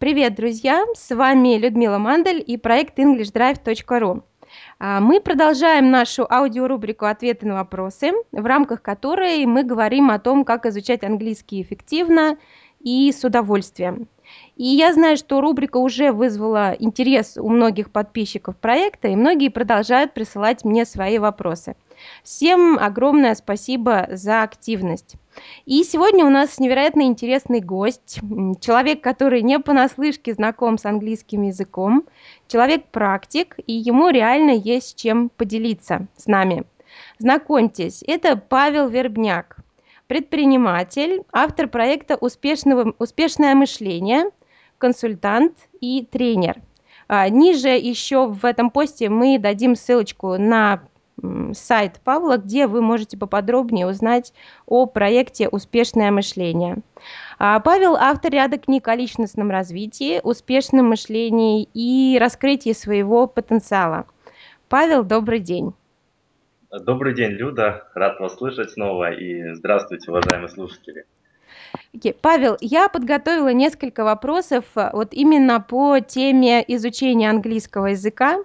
Привет, друзья! С вами Людмила Мандель и проект EnglishDrive.ru. Мы продолжаем нашу аудиорубрику «Ответы на вопросы», в рамках которой мы говорим о том, как изучать английский эффективно и с удовольствием. И я знаю, что рубрика уже вызвала интерес у многих подписчиков проекта, и многие продолжают присылать мне свои вопросы. Всем огромное спасибо за активность. И сегодня у нас невероятно интересный гость, человек, который не понаслышке знаком с английским языком, человек-практик, и ему реально есть чем поделиться с нами. Знакомьтесь, это Павел Вербняк, предприниматель, автор проекта «Успешное мышление», консультант и тренер. Ниже еще в этом посте мы дадим ссылочку на сайт Павла, где вы можете поподробнее узнать о проекте «Успешное мышление». Павел – автор ряда книг о личностном развитии, успешном мышлении и раскрытии своего потенциала. Павел, добрый день. Добрый день, Люда. Рад вас слышать снова. И здравствуйте, уважаемые слушатели. Павел, я подготовила несколько вопросов вот именно по теме изучения английского языка.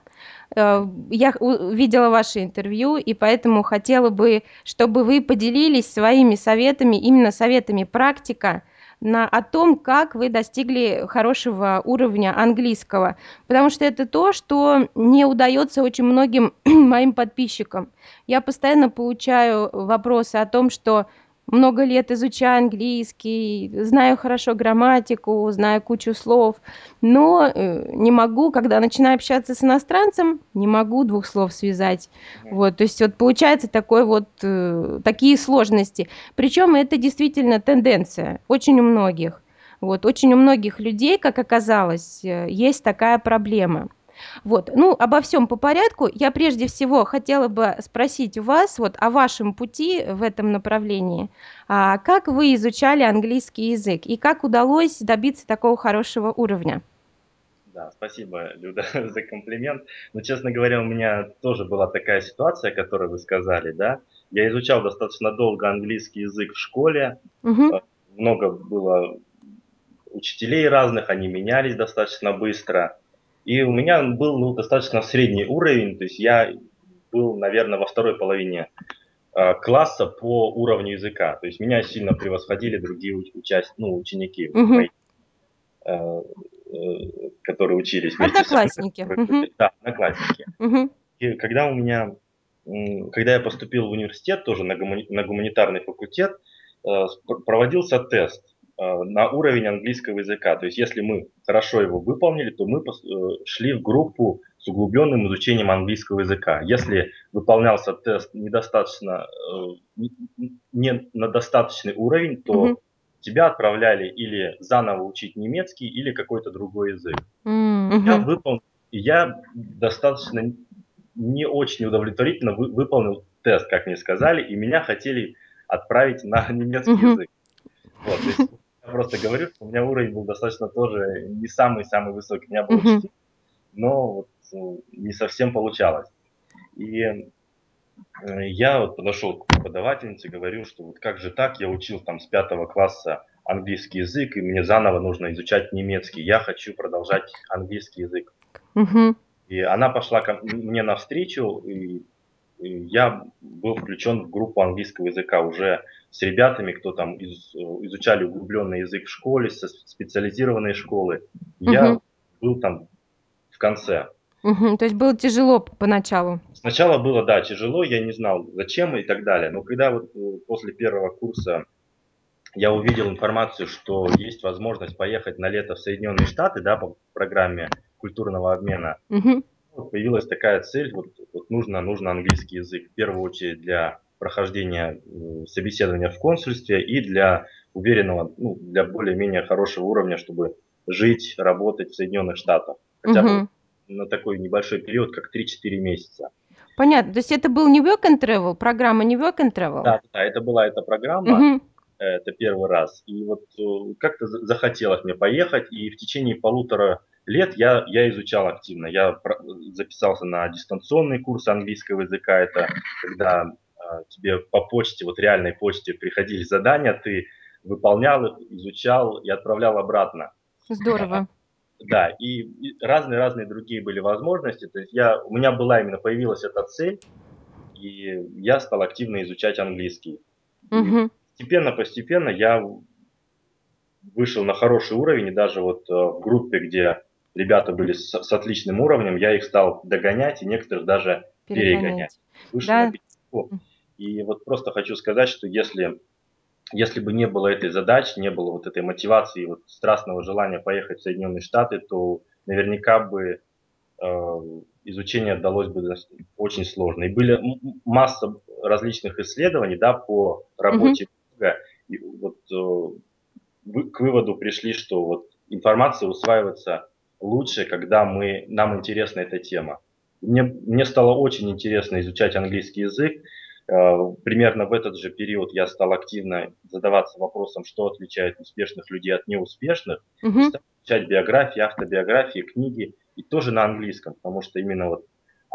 Я видела ваше интервью, и поэтому хотела бы, чтобы вы поделились своими советами, именно советами практика, о том, как вы достигли хорошего уровня английского. Потому что это то, что не удается очень многим моим подписчикам. Я постоянно получаю вопросы о том, что много лет изучаю английский, знаю хорошо грамматику, знаю кучу слов, но не могу, когда начинаю общаться с иностранцем, не могу двух слов связать. Мгм. Вот, то есть вот получается такие сложности. Причем это действительно тенденция очень у многих. Вот, очень у многих людей, как оказалось, есть такая проблема. Вот, ну, обо всем по порядку. Я прежде всего хотела бы спросить у вас вот о вашем пути в этом направлении. Как вы изучали английский язык и как удалось добиться такого хорошего уровня? Да, спасибо, Люда, за комплимент. Но, честно говоря, у меня тоже была такая ситуация, которую вы сказали, да. Я изучал достаточно долго английский язык в школе. Мгм, Э, Много было учителей разных, они менялись достаточно быстро. И у меня был достаточно средний уровень, то есть я был, наверное, во второй половине класса по уровню языка. То есть меня сильно превосходили другие ученики мгм. мои, которые учились вместе со мной. Одноклассники. Мгм, Да, одноклассники. мгм, И когда я поступил в университет, тоже на гуманитарный факультет, проводился тест на уровень английского языка. То есть если мы хорошо его выполнили, то мы шли в группу с углубленным изучением английского языка. Если выполнялся тест недостаточно, не на достаточный уровень, мгм, то тебя отправляли или заново учить немецкий, или какой-то другой язык. Я мгм, выполнил, я достаточно не очень удовлетворительно выполнил тест, как мне сказали, и меня хотели отправить на немецкий мгм, язык. Вот, то есть я просто говорю, что у меня уровень был достаточно тоже не самый-самый высокий. У меня было мгм, 4, но вот, не совсем получалось. И я вот подошел к преподавательнице, говорю, что вот как же так, я учил там с 5 класса английский язык, и мне заново нужно изучать немецкий. Я хочу продолжать английский язык. мгм, И она пошла мне навстречу, и я был включен в группу английского языка уже с ребятами, кто там изучали углубленный язык в школе, специализированные школы. мгм, Я был там в конце. мгм. То есть было тяжело поначалу. Сначала было, да, тяжело, я не знал, зачем и так далее. Но когда вот после первого курса я увидел информацию, что есть возможность поехать на лето в Соединенные Штаты, да, по программе культурного обмена, Мгм, вот появилась такая цель, вот нужно английский язык, в первую очередь для прохождения собеседования в консульстве и для уверенного, ну, для более-менее хорошего уровня, чтобы жить, работать в Соединенных Штатах. Хотя бы вот мгм. на такой небольшой период, как 3-4 месяца. Понятно. То есть это был не work and travel, программа не work and travel? Да, да, это была эта программа, Мгм, это первый раз. И вот как-то захотелось мне поехать, и в течение 1,5 лет я изучал активно. Записался на дистанционный курс английского языка. Это когда тебе по почте, вот реальной почте приходили задания, ты выполнял их, изучал и отправлял обратно. А, здорово. да, и разные-разные другие были возможности. То есть у меня была именно, появилась эта цель, и я стал активно изучать английский. И Мгм. постепенно я вышел на хороший уровень, и даже вот в группе, где ребята были с отличным уровнем, я их стал догонять, и некоторых даже перегонять. Перегонять. Вышел на Да. пятерку. И вот просто хочу сказать, что если бы не было этой задачи, не было вот этой мотивации, вот страстного желания поехать в Соединенные Штаты, то наверняка бы изучение далось бы очень сложно. И были масса различных исследований, да, по Мгм. работе мозга. И вот к выводу пришли, что вот информация усваивается лучше, когда нам интересна эта тема. Мне стало очень интересно изучать английский язык. Примерно в этот же период я стал активно задаваться вопросом, что отличает успешных людей от неуспешных, и Мгм. стал изучать биографии, автобиографии, книги, и тоже на английском, потому что именно вот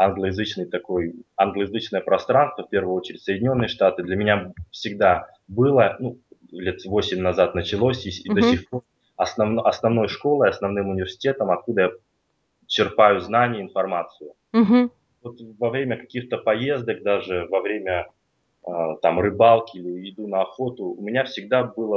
англоязычное пространство, в первую очередь Соединенные Штаты, для меня всегда было, ну, лет 8 назад началось, и до Мгм. сих пор основной школой, основным университетом, откуда я черпаю знания, информацию. Мгм. Вот во время каких-то поездок, даже во время там рыбалки или иду на охоту, у меня всегда было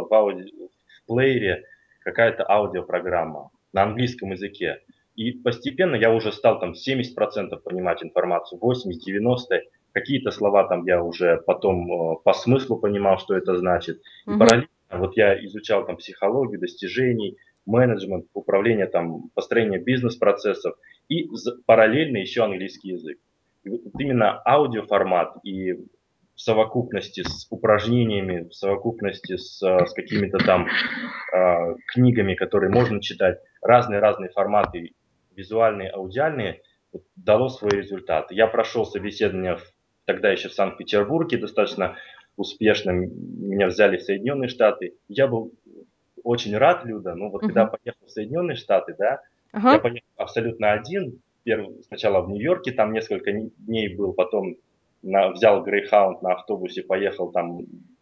в плеере какая-то аудиопрограмма на английском языке. И постепенно я уже стал там 70% понимать информацию, 80-90%. Какие-то слова там я уже потом по смыслу понимал, что это значит. И Мгм. параллельно вот я изучал там психологию, достижений, менеджмент, управление, там, построение бизнес-процессов и параллельно еще английский язык. И вот именно аудиоформат и в совокупности с упражнениями, в совокупности с какими-то там книгами, которые можно читать, разные-разные форматы, визуальные, аудиальные, вот, дало свои результаты. Я прошел собеседование тогда еще в Санкт-Петербурге, достаточно успешно меня взяли в Соединенные Штаты. Я был очень рад, Люда, но вот когда Мгм. поехал в Соединенные Штаты, да, я Ага. поехал абсолютно один, сначала в Нью-Йорке, там несколько дней был, потом взял Greyhound на автобусе, поехал там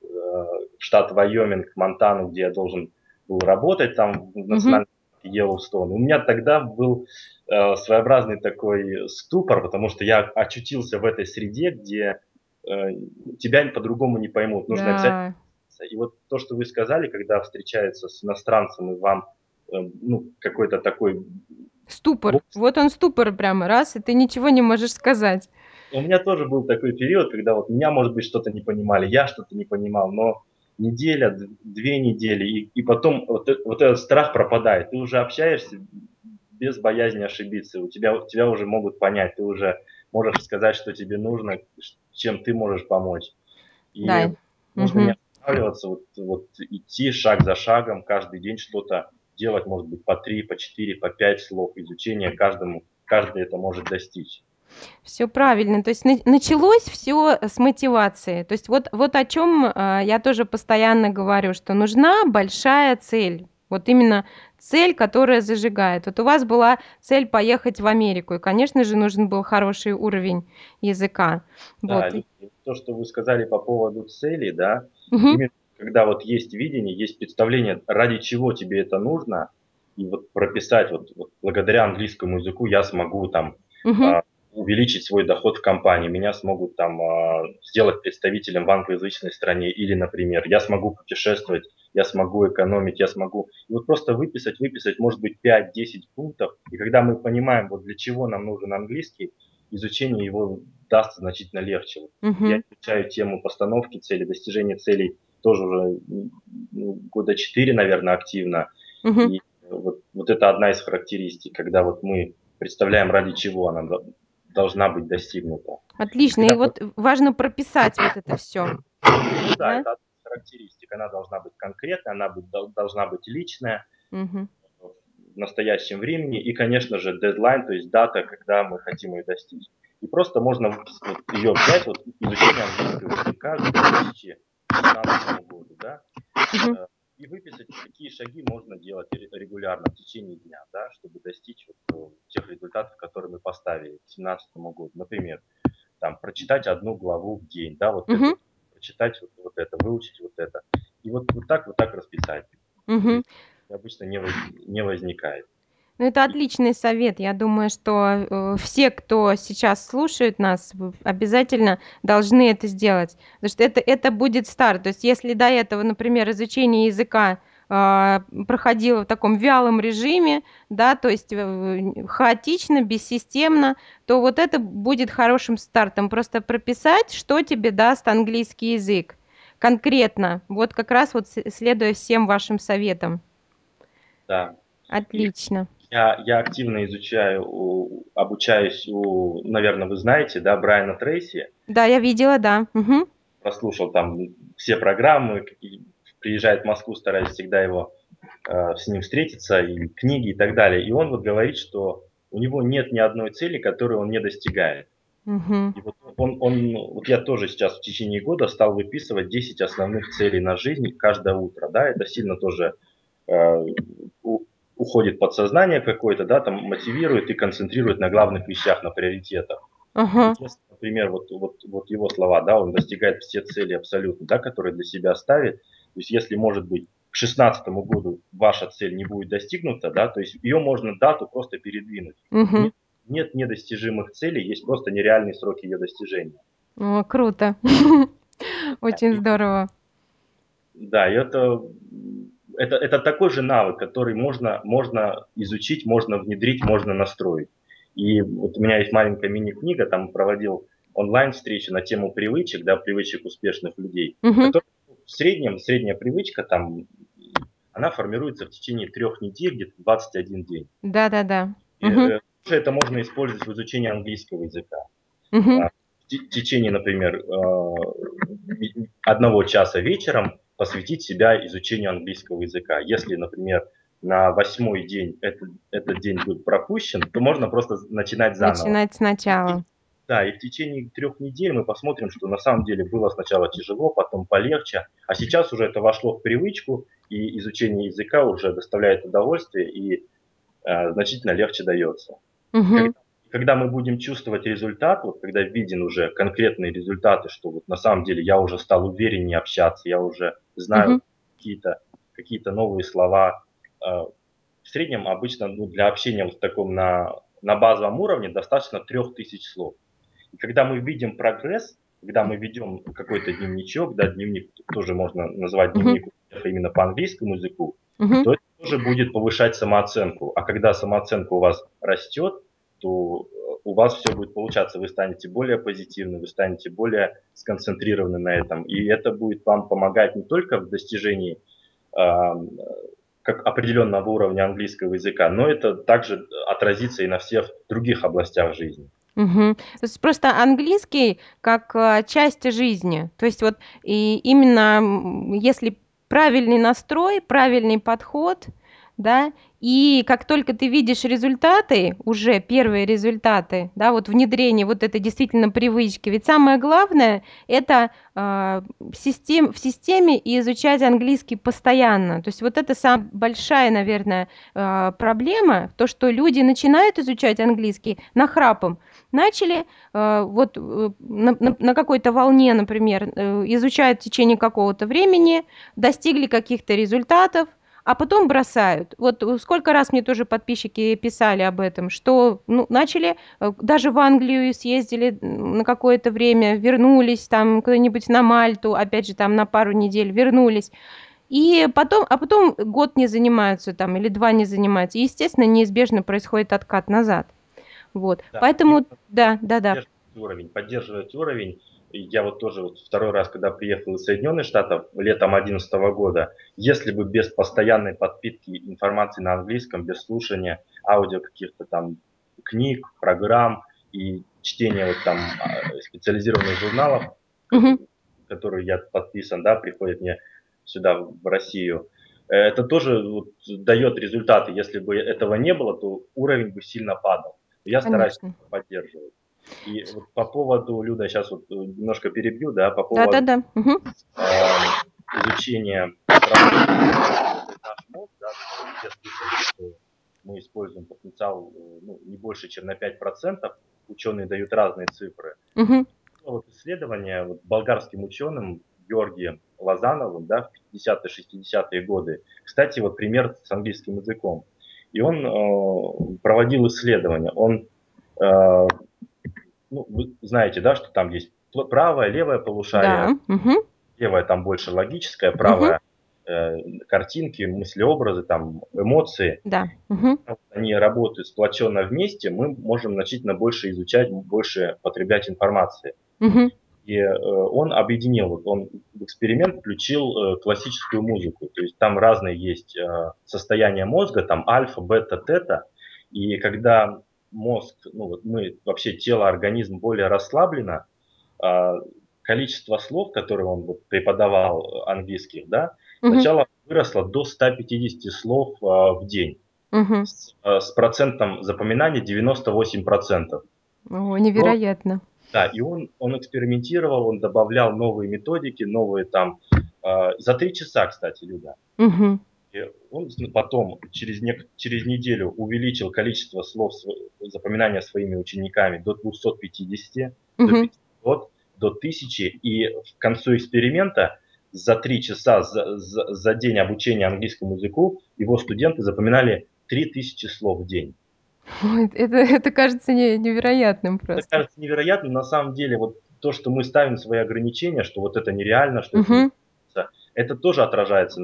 в штат Вайоминг, Монтану, где я должен был работать, там в Мгм. национальном парке Йеллоустоун. У меня тогда был своеобразный такой ступор, потому что я очутился в этой среде, где э, тебя по-другому не поймут. Нужно обязательно. Да. И вот то, что вы сказали, когда встречается с иностранцем и вам ну, какой-то такой Ступор. блок. Вот он ступор прямо раз, и ты ничего не можешь сказать. У меня тоже был такой период, когда вот меня, может быть, что-то не понимали, я что-то не понимал, но неделя, 2 недели, и потом вот этот страх пропадает. Ты уже общаешься без боязни ошибиться, тебя уже могут понять, ты уже можешь сказать, что тебе нужно, чем ты можешь помочь. И Да. нужно не Мгм. останавливаться, вот идти шаг за шагом, каждый день что-то делать, может быть, по 3, по 4, по 5 слов изучения, каждый это может достичь. Все правильно. То есть началось все с мотивации. То есть вот о чем я тоже постоянно говорю, что нужна большая цель. Вот именно цель, которая зажигает. Вот у вас была цель поехать в Америку, и, конечно же, нужен был хороший уровень языка. Да, Вот. то, что вы сказали по поводу цели, да, вот Мгм. именно когда вот есть видение, есть представление, ради чего тебе это нужно, и вот прописать, вот благодаря английскому языку я смогу там Мгм. а, увеличить свой доход в компании, меня смогут там сделать представителем в англоязычной стране, или, например, я смогу путешествовать, я смогу экономить, я смогу. И вот просто выписать, может быть, 5-10 пунктов, и когда мы понимаем, вот для чего нам нужен английский, изучение его дастся значительно легче. Вот я Мгм. изучаю тему постановки целей, достижения целей тоже уже года 4, наверное, активно. Мгм. И вот это одна из характеристик, когда вот мы представляем, ради чего она должна быть достигнута. И Отлично. И когда вот важно прописать вот это все, ну да, да? это одна из характеристик, она должна быть конкретная, должна быть личная, Мгм. в настоящем времени и, конечно же, дедлайн, то есть дата, когда мы хотим ее достичь. И просто можно вот ее взять, вот изучение английского языка к 2016 году, да, Мгм. э, и выписать, какие шаги можно делать регулярно в течение дня, да, чтобы достичь вот тех результатов, которые мы поставили к 2017 году. Например, там, прочитать одну главу в день, да, вот Мгм. эту, прочитать вот это, выучить вот это. И вот так расписать. И Мгм. обычно не возникает. Ну, это отличный совет. Я думаю, что все, кто сейчас слушает нас, обязательно должны это сделать. Потому что это будет старт. То есть, если до этого, например, изучение языка проходило в таком вялом режиме, да, то есть хаотично, бессистемно, то вот это будет хорошим стартом. Просто прописать, что тебе даст английский язык конкретно. Вот как раз вот следуя всем вашим советам. Да. И Отлично. я активно изучаю, обучаюсь у, наверное, вы знаете, да, Брайана Трейси. Да, я видела, да. Мгм. Прослушал там все программы, приезжает в Москву, стараюсь всегда его с ним встретиться, и книги и так далее. И он вот говорит, что у него нет ни одной цели, которую он не достигает. Мгм. И вот вот я тоже сейчас в течение года стал выписывать 10 основных целей на жизнь каждое утро, да, это сильно тоже э, у- уходит подсознание какое-то, да, там мотивирует и концентрирует на главных вещах, на приоритетах. И Ага. если, например, вот его слова, да, он достигает все цели абсолютно, да, которые для себя ставит, то есть если, может быть, к 2016 году ваша цель не будет достигнута, да, то есть ее можно дату просто передвинуть. Мгм. Нет недостижимых целей, есть просто нереальные сроки ее достижения. О, круто. Очень И, здорово. да, и это такой же навык, который можно изучить, можно внедрить, можно настроить. И вот у меня есть маленькая мини-книга, там проводил онлайн-встречи на тему привычек, да, привычек успешных людей, Мгм. которые в среднем, средняя привычка там, она формируется в течение 3 недель, где-то 21 день. Да-да-да. И, Мгм. тоже это можно использовать в изучении английского языка. Мгм. В течение, например, 1 часа вечером посвятить себя изучению английского языка. Если, например, на 8-й день этот день будет пропущен, то можно просто начинать заново. Начинать И, сначала. да, и в течение 3 недель мы посмотрим, что на самом деле было сначала тяжело, потом полегче, а сейчас уже это вошло в привычку, и изучение языка уже доставляет удовольствие и значительно легче дается. И Мгм. когда мы будем чувствовать результат, вот когда виден уже конкретные результаты, что вот на самом деле я уже стал увереннее общаться, я уже знаю Мгм. какие-то какие новые слова. В среднем обычно для общения вот в таком на базовом уровне достаточно 3000 слов. И когда мы видим прогресс, когда мы ведем какой-то дневничок, да, дневник тоже можно назвать Мгм. дневник успеха именно по английскому языку, Мгм. то это тоже будет повышать самооценку. А когда самооценка у вас растет, то у вас все будет получаться. Вы станете более позитивны, вы станете более сконцентрированы на этом. И это будет вам помогать не только в достижении а, как определенного уровня английского языка, но это также отразится и на всех других областях жизни. Мгм. То есть просто английский как часть жизни. То есть вот и именно если правильный настрой, правильный подход, да, и как только ты видишь результаты, уже первые результаты, да, вот внедрение вот этой действительно привычки. Ведь самое главное это в системе и изучать английский постоянно. То есть вот это самая большая, наверное, проблема, то, что люди начинают изучать английский нахрапом, начали вот на какой-то волне, например, изучают в течение какого-то времени, достигли каких-то результатов, а потом бросают. Вот сколько раз мне тоже подписчики писали об этом, что ну, начали, даже в Англию съездили на какое-то время, вернулись там куда-нибудь на Мальту, опять же там на пару недель вернулись, и потом, а потом год не занимаются там или два не занимаются. И, естественно, неизбежно происходит откат назад. Вот. Да, Поэтому, да, да-да. поддерживать уровень. И я вот тоже вот второй раз, когда приехал из Соединенных Штатов летом 2011 года, если бы без постоянной подпитки информации на английском, без слушания аудио каких-то там книг, программ и чтения вот там специализированных журналов, Мгм. которые я подписан, да, приходят мне сюда в Россию, это тоже вот дает результаты. Если бы этого не было, то уровень бы сильно падал. Я стараюсь Конечно. поддерживать. И вот по поводу, Люда, сейчас вот немножко перебью, да, по поводу Да-да-да. Мгм. э, изучения наш мозг, да, все слышали, что мы используем потенциал ну, не больше, чем на 5%. Ученые дают разные цифры. Мгм. Ну, вот исследование вот, болгарским ученым Георгием Лозановым да, в 50-60-е годы. Кстати, вот пример с английским языком. и он проводил исследования. Он, э, ну, вы знаете, да, что там есть правое, левое полушарие. Да. Мгм. Левое там больше логическое, Мгм. правое картинки, мыслеобразы, там эмоции. Да. Мгм. Они работают сплоченно вместе, мы можем значительно больше изучать, больше потреблять информации. Мгм. И он объединил, вот он в эксперимент включил классическую музыку. То есть там разные есть состояния мозга, там альфа, бета, тета. И когда мозг, ну вот мы, вообще тело, организм более расслаблено, а, количество слов, которые он вот преподавал английских, да, Мгм. сначала выросло до 150 слов в день Мгм. с процентом запоминания 98%. О, Но, невероятно. да, и он экспериментировал, он добавлял новые методики, новые там, за 3 часа, кстати, Люда. Мгм. И он потом через неделю увеличил количество слов запоминания своими учениками до 250, до Мгм. 500, до 1000. И к концу эксперимента за 3 часа, за день обучения английскому языку его студенты запоминали 3000 слов в день. Ой, это кажется невероятным Это просто. кажется невероятным, на самом деле вот то, что мы ставим свои ограничения, что вот это нереально, что это не Мгм. получится, это тоже отражается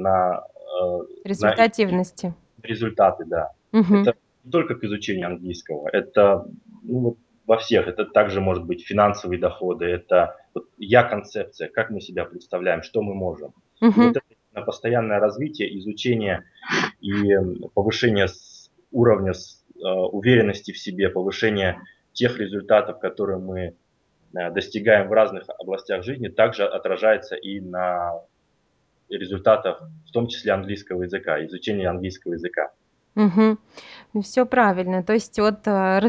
на Результативности. результаты, да. Мгм. Это не только к изучению английского, это ну, вот во всех. Это также может быть финансовые доходы, это вот я-концепция, как мы себя представляем, что мы можем. И Мгм. вот это именно постоянное развитие, изучение и повышение уровня уверенности в себе, повышение тех результатов, которые мы достигаем в разных областях жизни, также отражается и на результатах, в том числе английского языка, изучения английского языка. Мгм. Всё правильно. То есть вот,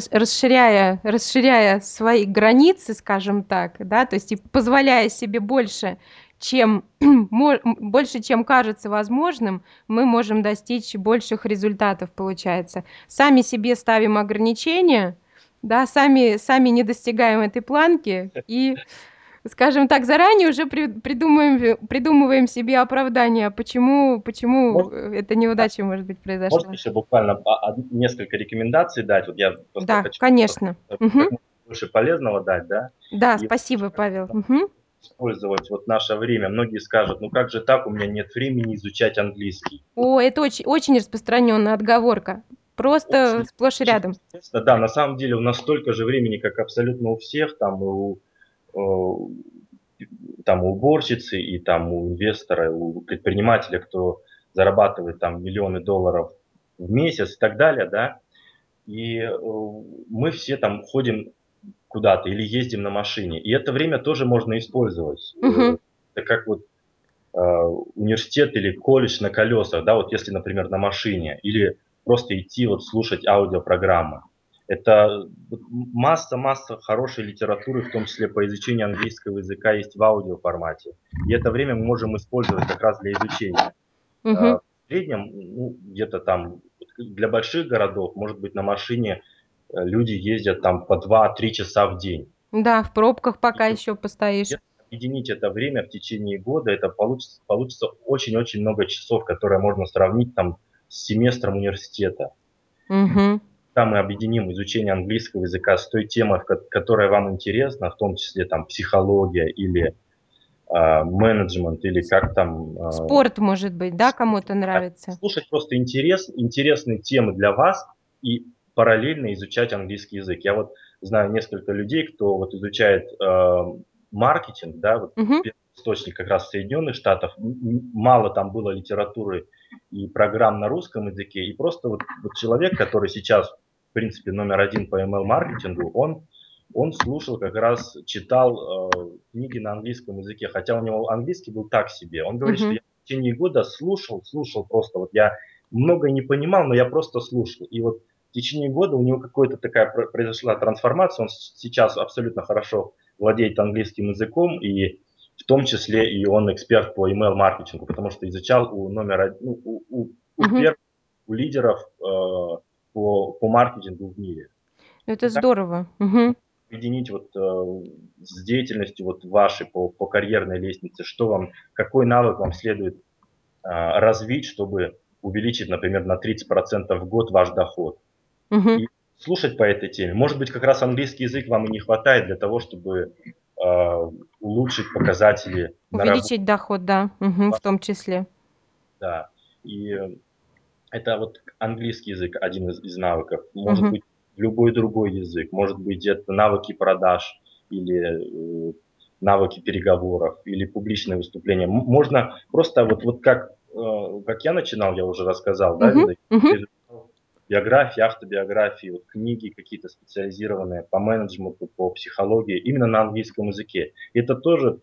расширяя свои границы, скажем так, да, то есть и позволяя себе больше, чем больше, чем кажется возможным, мы можем достичь больших результатов, получается. Сами себе ставим ограничения, да, сами не достигаем этой планки и, скажем так, заранее уже придумываем себе оправдание, почему, Можно, эта да, неудача, может быть, можно произошла. еще буквально несколько рекомендаций дать. Вот я просто Да, хочу конечно. как Мгм. можно больше полезного дать, да, Да, и спасибо, как Павел. Мгм. использовать вот наше время. Многие скажут, ну как же так, у меня нет времени изучать английский. О, это очень распространенная отговорка. Просто Очень, сплошь и очень рядом. естественно. Да, на самом деле у нас столько же времени, как абсолютно у всех, там и там у уборщицы, и там у инвестора, у предпринимателя, кто зарабатывает там миллионы долларов в месяц и так далее, да. И мы все там ходим куда-то или ездим на машине. И это время тоже можно использовать. Мгм. Это как вот университет или колледж на колесах, да, вот если, например, на машине, или просто идти вот слушать аудиопрограммы. Это вот масса хорошей литературы, в том числе по изучению английского языка, есть в аудиоформате. И это время мы можем использовать как раз для изучения. Мгм. В среднем, ну, где-то там для больших городов, может быть, на машине люди ездят там по 2-3 часа в день. Да, в пробках И пока еще постоишь. если объединить это время в течение года, это получится очень-очень много часов, которые можно сравнить там с семестром университета. Мгм. Когда мы объединим изучение английского языка с той темой, которая вам интересна, в том числе там психология или менеджмент, или как там Спорт, может быть, да, кому-то нравится. слушать просто интересные темы для вас и параллельно изучать английский язык. Я вот знаю несколько людей, кто вот изучает маркетинг, да, вот Мгм. первый источник как раз Соединенных Штатов, мало там было литературы и программ на русском языке, и просто вот человек, который сейчас, в принципе, номер один по email-маркетингу, он слушал, как раз читал книги на английском языке, хотя у него английский был так себе. Он говорит, что Мгм. я в течение года слушал просто. Вот я многое не понимал, но я просто слушал. И вот в течение года у него какая-то такая произошла трансформация. Он сейчас абсолютно хорошо владеет английским языком, и в том числе и он эксперт по email-маркетингу, потому что изучал у ну, у Мгм. первых, у лидеров по маркетингу в мире. Это И так здорово. Мгм. объединить вот с деятельностью вот вашей по карьерной лестнице, что вам, какой навык вам следует развить, чтобы увеличить, например, на 30% в год ваш доход. Мгм. И слушать по этой теме. Может быть, как раз английский язык вам и не хватает для того, чтобы улучшить показатели на работе. Увеличить доход, да, мгм, в том числе. Да. И это вот английский язык один из навыков. Может Мгм. быть, любой другой язык. Может быть, это навыки продаж или навыки переговоров или публичное выступление. Можно просто вот как я начинал, я уже рассказал, да, Мгм. Мгм. изучал биографии, автобиографии, вот книги какие-то специализированные по менеджменту, по психологии, именно на английском языке. И это тоже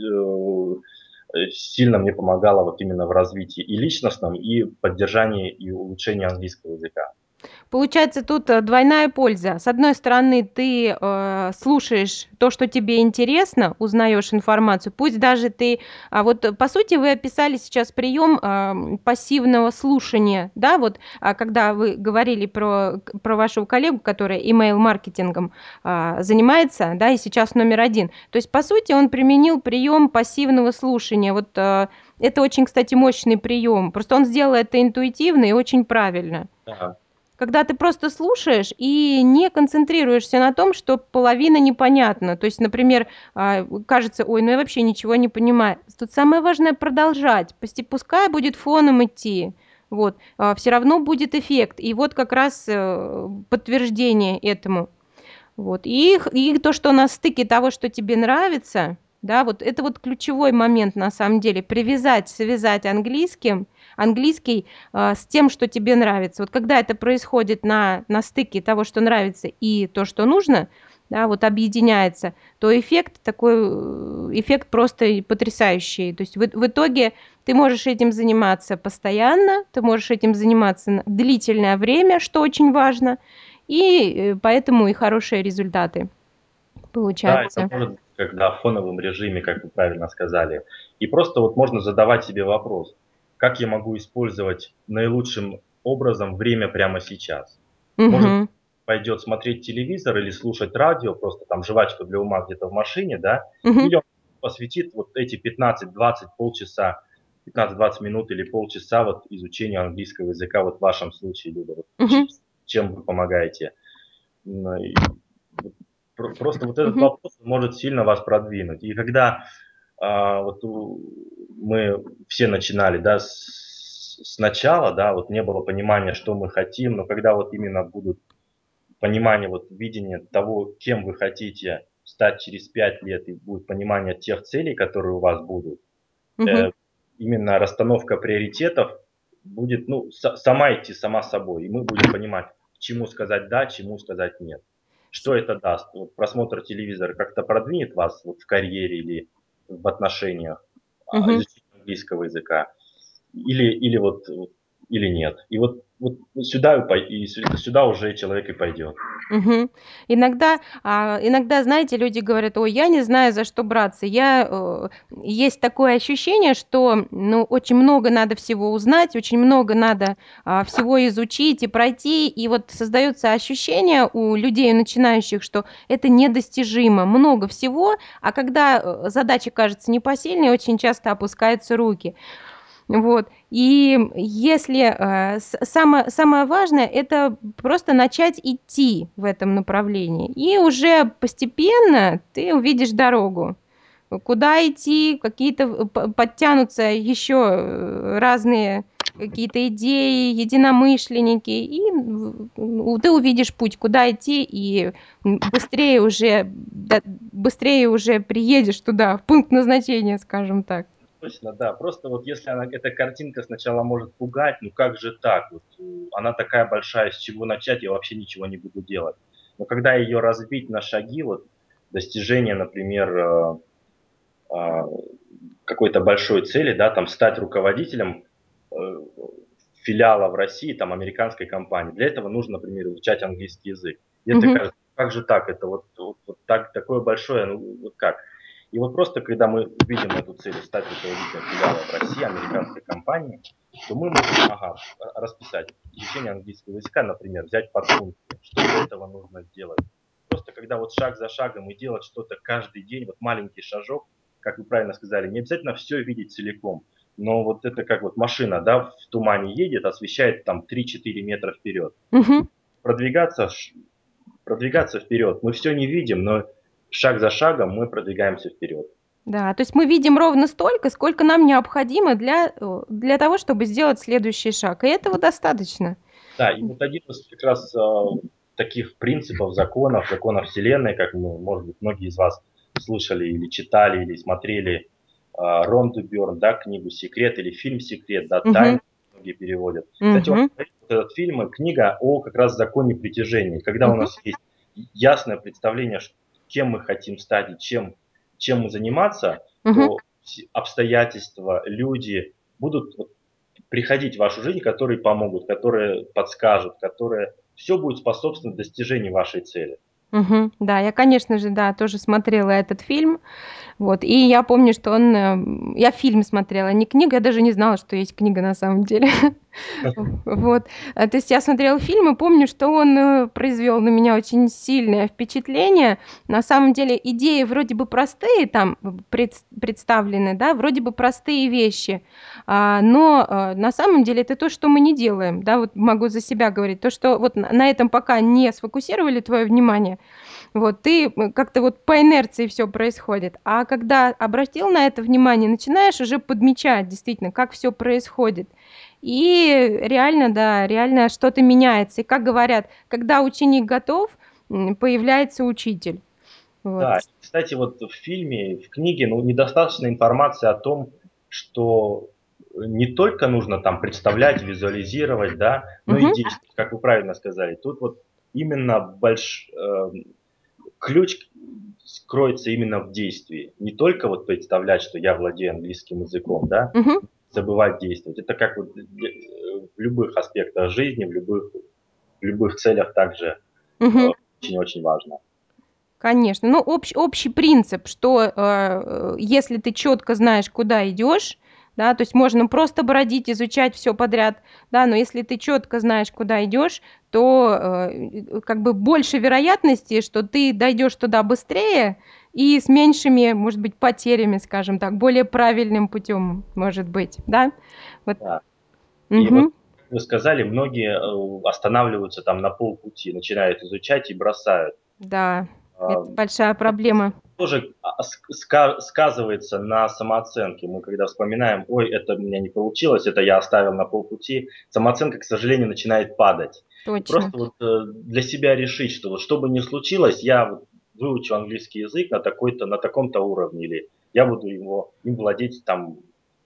сильно мне помогало вот именно в развитии и личностном, и поддержании и улучшении английского языка. Получается, тут, двойная польза. С одной стороны, ты, слушаешь то, что тебе интересно, узнаешь информацию. Пусть даже ты, вот, по сути, вы описали сейчас прием, пассивного слушания, да, вот, когда вы говорили про вашего коллегу, который имейл-маркетингом, занимается, да, и сейчас номер один. То есть, по сути, он применил прием пассивного слушания. Вот, это очень, кстати, мощный прием. Просто он сделал это интуитивно и очень правильно. Да, Когда ты просто слушаешь и не концентрируешься на том, что половина непонятна. То есть, например, кажется: "Ой, ну я вообще ничего не понимаю". Тут самое важное продолжать. Пускай будет фоном идти. Вот, всё равно будет эффект. И вот как раз, подтверждение этому. Вот. И то, что на стыке того, что тебе нравится, да, вот это вот ключевой момент на самом деле. Связать английский, с тем, что тебе нравится. Вот когда это происходит на стыке того, что нравится, и то, что нужно, да, вот объединяется, то эффект такой, эффект просто и потрясающий. То есть в итоге ты можешь этим заниматься постоянно, ты можешь этим заниматься на длительное время, что очень важно, и, поэтому и хорошие результаты да, это получаются. может быть когда в фоновом режиме, как вы правильно сказали. И просто вот можно задавать себе вопрос, как я могу использовать наилучшим образом время прямо сейчас. Может, Мгм. пойдет смотреть телевизор или слушать радио, просто там жвачка для ума где-то в машине, да, Мгм. или он посвятит вот эти 15-20, полчаса, 15-20 минут или полчаса вот изучению английского языка, вот в вашем случае, Люда, вот Мгм. чем вы помогаете. И просто вот этот Мгм. вопрос может сильно вас продвинуть. И когда мы все начинали, да, сначала, да, вот не было понимания, что мы хотим, но когда вот именно будут понимание, вот видение того, кем вы хотите стать через 5 лет, и будет понимание тех целей, которые у вас будут, Мгм. э, именно расстановка приоритетов будет, ну, сама идти сама собой. И мы будем понимать, чему сказать да, чему сказать нет. С Что это даст? Вот просмотр телевизора как-то продвинет вас вот в карьере или в отношениях, Мгм. изучение английского языка, или или нет. И вот сюда, сюда уже человек и пойдет. Мгм. Иногда, знаете, люди говорят: "Ой, я не знаю, за что браться". Есть такое ощущение, что, ну, очень много надо всего узнать, очень много надо, всего изучить и пройти. И вот создается ощущение у людей начинающих, что это недостижимо, много всего, а когда, задача кажется непосильной, очень часто опускаются руки. Вот. И если, самое важное — это просто начать идти в этом направлении, и уже постепенно ты увидишь дорогу. Куда идти, какие-то подтянутся еще, разные какие-то идеи, единомышленники, и ты увидишь путь, куда идти, и, быстрее уже приедешь туда, в пункт назначения, скажем так. Точно, да. Просто вот если эта картинка сначала может пугать, ну как же так? Вот, она такая большая, с чего начать, я вообще ничего не буду делать. Но когда ее разбить на шаги, вот достижение, например, а, какой-то большой цели, да, там стать руководителем э, филиала в России, там американской компании. Для этого нужно, например, изучать английский язык. И это Мгм, кажется, как же так? Это вот так, такое большое, ну вот как? И вот просто, когда мы видим эту цель стать руководителем филиала в России, американской компании, то мы можем, расписать изучение английского языка, например, взять подпункты, что для этого нужно сделать. Просто когда вот шаг за шагом и делать что-то каждый день, вот маленький шажок, как вы правильно сказали, не обязательно все видеть целиком. но вот это как вот машина, да, в тумане едет, освещает там 3-4 метра вперед. Мгм. Продвигаться, продвигаться вперед. Мы все не видим, но шаг за шагом мы продвигаемся вперед. Да, то есть мы видим ровно столько, сколько нам необходимо для того, чтобы сделать следующий шаг. И этого достаточно. Да, и вот один из как раз таких принципов, законов Вселенной, как мы, может быть, многие из вас слышали или читали, или смотрели Ронду Бёрн, да, книгу «Секрет» или фильм «Секрет», да, Мгм. «Тайм», многие переводят. Кстати, он Мгм. говорит, вот этот фильм и книга о как раз законе притяжения. Когда у Мгм. нас есть ясное представление, кем мы хотим стать и чем мы заниматься, Мгм. то обстоятельства, люди будут вот приходить в вашу жизнь, которые помогут, которые подскажут, которые все будет способствовать достижению вашей цели. Мгм. Да, я, конечно же, да, тоже смотрела этот фильм. Вот, и я помню, что я фильм смотрела, не книгу, я даже не знала, что есть книга на самом деле. Вот, то есть я смотрела фильм и помню, что он, произвел на меня очень сильное впечатление. На самом деле идеи вроде бы простые там представлены, да, вроде бы простые вещи, но, на самом деле это то, что мы не делаем, да, вот могу за себя говорить. То, что вот на этом пока не сфокусировали твое внимание, вот, ты как-то вот по инерции все происходит. А когда обратил на это внимание, начинаешь уже подмечать действительно, как все происходит. И реально, да, реально что-то меняется. И как говорят, когда ученик готов, появляется учитель. Вот. Да, кстати, вот в фильме, в книге, ну, недостаточно информации о том, что не только нужно там представлять, визуализировать, да, но и Мгм. действовать, как вы правильно сказали. Тут вот именно ключ скроется именно в действии. Не только вот представлять, что я владею английским языком, да, Мгм. забывать действовать. Это как вот в любых аспектах жизни, в любых целях также Мгм. очень-очень важно. Конечно. Ну, общий принцип, что, если ты четко знаешь, куда идешь, да, то есть можно просто бродить, изучать все подряд, да, но если ты четко знаешь, куда идешь, то, как бы больше вероятности, что ты дойдешь туда быстрее и с меньшими, может быть, потерями, скажем так, более правильным путем, может быть, да? Вот. Да. И вот, Мгм. как вы сказали, многие останавливаются там на полпути, начинают изучать и бросают. Да, это А, большая проблема. Тоже сказывается на самооценке. Мы когда вспоминаем, ой, это у меня не получилось, это я оставил на полпути, самооценка, к сожалению, начинает падать. И Точно. просто вот для себя решить, что вот что бы ни случилось, я вот выучу английский язык на такой-то, на таком-то уровне, или я буду им владеть там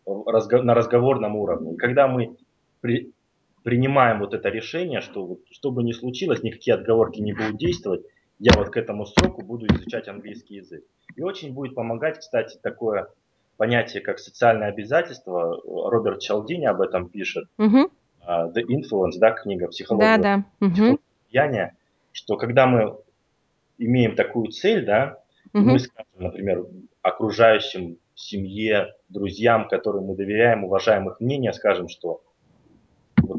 на разговорном уровне. И когда мы при- принимаем вот это решение, что вот, что бы ни случилось, никакие отговорки не будут действовать, я вот к этому сроку буду изучать английский язык. И очень будет помогать, кстати, такое понятие, как социальное обязательство. Роберт Чалдини об этом пишет. Мгм. The Influence, да, книга Да-да. Мгм. психология влияния, что когда мы имеем такую цель, да, и мы Мгм. скажем, например, окружающим, семье, друзьям, которым мы доверяем, уважаем их мнение, скажем, что вот,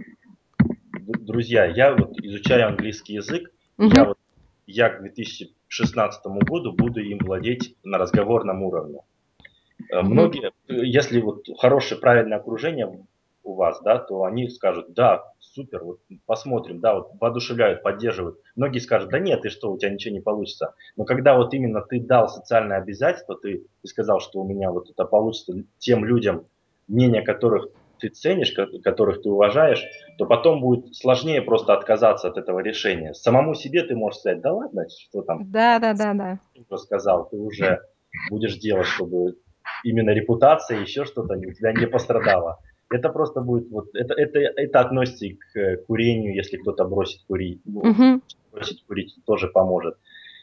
друзья, я вот изучаю английский язык, и Мгм. я к 2016 году буду им владеть на разговорном уровне. Мгм. Многие, если вот хорошее, правильное окружение у вас, да, то они скажут, да, супер, вот посмотрим, да, вот воодушевляют, поддерживают. Многие скажут, да нет, ты что, у тебя ничего не получится. Но когда вот именно ты дал социальное обязательство, ты сказал, что у меня вот это получится тем людям, мнение которых ты ценишь, которых ты уважаешь, то потом будет сложнее просто отказаться от этого решения. Самому себе ты можешь сказать, да ладно, что там, Да-да-да-да. сказал, ты уже будешь делать, чтобы именно репутация, еще что-то у тебя не пострадало. Это просто будет, вот, это относится и к курению, если кто-то бросит курить, ну, Мгм. бросить курить тоже поможет.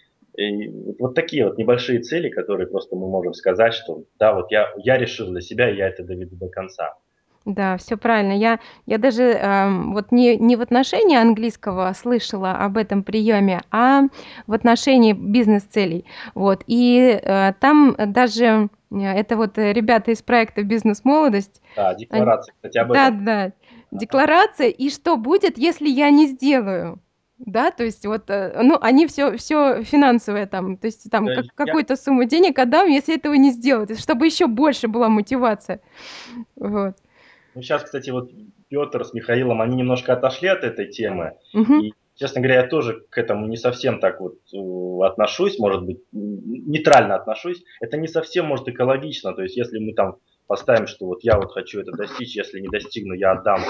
И вот такие вот небольшие цели, которые просто мы можем сказать, что да, вот я решил для себя, и я это доведу до конца. Да, все правильно. Я даже, вот не в отношении английского слышала об этом приеме, а в отношении бизнес-целей. Вот, и, там даже, это вот, ребята из проекта "Бизнес-молодость", Да, они декларация, кстати, об этом. да-да, Ага. декларация "И что будет, если я не сделаю?" Да, то есть вот, ну, они все финансовое там, то есть там Э, Я, какую-то сумму денег отдам, если этого не сделать, чтобы еще больше была мотивация. Вот. Ну, сейчас, кстати, вот Петр с Михаилом, они немножко отошли от этой темы. Мгм. И, честно говоря, я тоже к этому не совсем так вот отношусь, может быть, нейтрально отношусь. Это не совсем, может, экологично. То есть, если мы там поставим, что вот я вот хочу это достичь, если не достигну, я отдам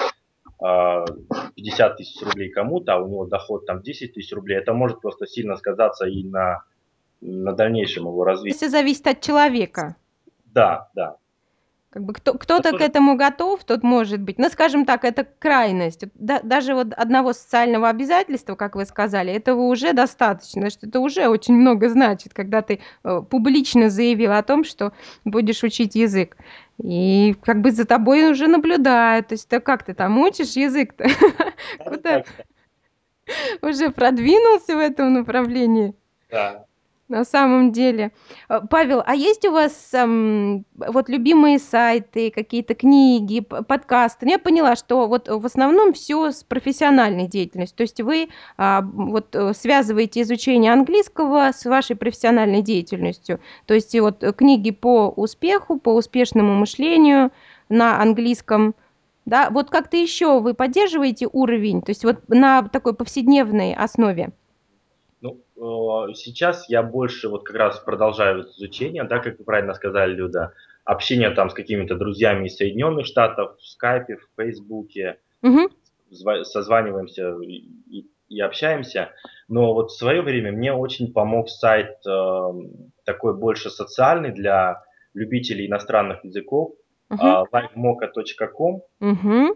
50 тысяч рублей кому-то, а у него доход там 10 тысяч рублей, это может просто сильно сказаться и на дальнейшем его развитии. Все зависит от человека. Да, да. Как бы Это кто-то к тоже, этому готов, тот может быть. Ну, скажем так, это крайность. Даже вот одного социального обязательства, как вы сказали, этого уже достаточно, что это уже очень много значит, когда ты публично заявил о том, что будешь учить язык. И как бы за тобой уже наблюдают. То есть, ты как ты там учишь язык-то? да, да, Куда да, кстати, уже продвинулся в этом направлении? да. На самом деле. Павел, а есть у вас, вот любимые сайты, какие-то книги, подкасты? Ну, я поняла, что вот в основном все с профессиональной деятельностью. То есть вы, вот, связываете изучение английского с вашей профессиональной деятельностью. То есть и вот книги по успеху, по успешному мышлению на английском. Да, вот как-то еще вы поддерживаете уровень, то есть вот на такой повседневной основе? Ну, сейчас я больше вот как раз продолжаю изучение, да, как вы правильно сказали, Люда, общение там с какими-то друзьями из Соединенных Штатов, в скайпе, в Фейсбуке, Мгм. созваниваемся и общаемся. Но вот в свое время мне очень помог сайт такой больше социальный для любителей иностранных языков, Мгм. livemocha.com. Мгм.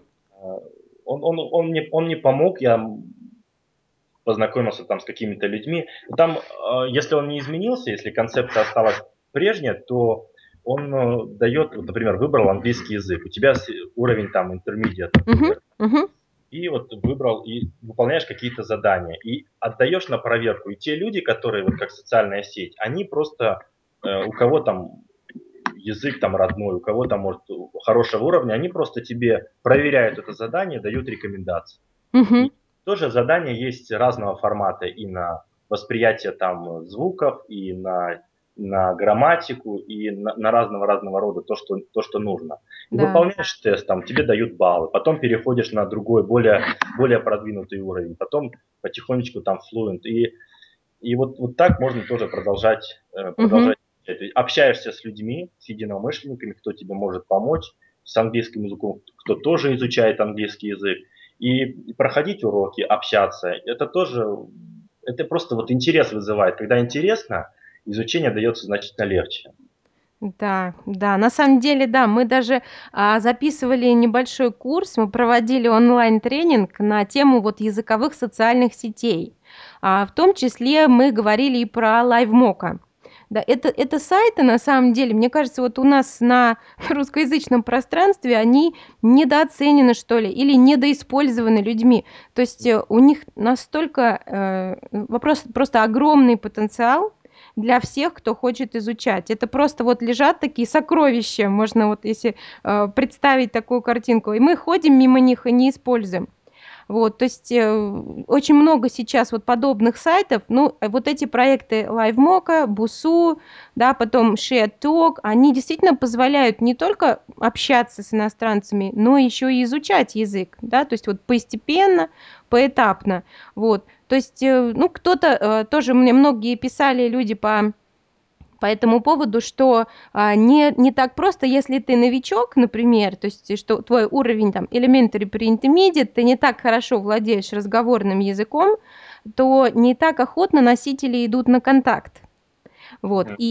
Он мне помог, я познакомился там с какими-то людьми. Там, если он не изменился, если концепция осталась прежняя, то он дает, вот, например, выбрал английский язык, у тебя уровень там intermediate, Мгм. например, Мгм. и вот выбрал и выполняешь какие-то задания и отдаешь на проверку. И те люди, которые вот как социальная сеть, они просто у кого там язык там родной, у кого там может хорошего уровня, они просто тебе проверяют это задание, дают рекомендации. Мгм. И тоже задания есть разного формата и на восприятие там звуков, и на грамматику, и на разного рода то, что нужно. И Да. выполняешь тест, там тебе дают баллы, потом переходишь на другой, более продвинутый уровень, потом потихонечку там fluent. И вот так можно тоже продолжать, Мгм. продолжать. То есть общаешься с людьми, с единомышленниками, кто тебе может помочь, с английским языком, кто тоже изучает английский язык. И проходить уроки, общаться, это тоже, это просто вот интерес вызывает. Когда интересно, изучение дается значительно легче. Да, да, на самом деле, да, мы даже записывали небольшой курс, мы проводили онлайн-тренинг на тему вот языковых социальных сетей. В том числе мы говорили и про LiveMocha. Да, это сайты, на самом деле, мне кажется, вот у нас на русскоязычном пространстве они недооценены, что ли, или недоиспользованы людьми. То есть у них настолько вопрос просто огромный потенциал, для всех, кто хочет изучать. Это просто вот лежат такие сокровища, можно вот если представить такую картинку, и мы ходим мимо них и не используем. Вот, то есть очень много сейчас вот подобных сайтов, ну, вот эти проекты LiveMocha, Busuu, да, потом ShareTalk, они действительно позволяют не только общаться с иностранцами, но еще и изучать язык, да, то есть вот постепенно, поэтапно, вот. То есть, ну, кто-то тоже мне многие писали люди по этому поводу, что не так просто, если ты новичок, например, то есть что твой уровень там elementary pre-intermediate, ты не так хорошо владеешь разговорным языком, то не так охотно носители идут на контакт. Вот, Мгм.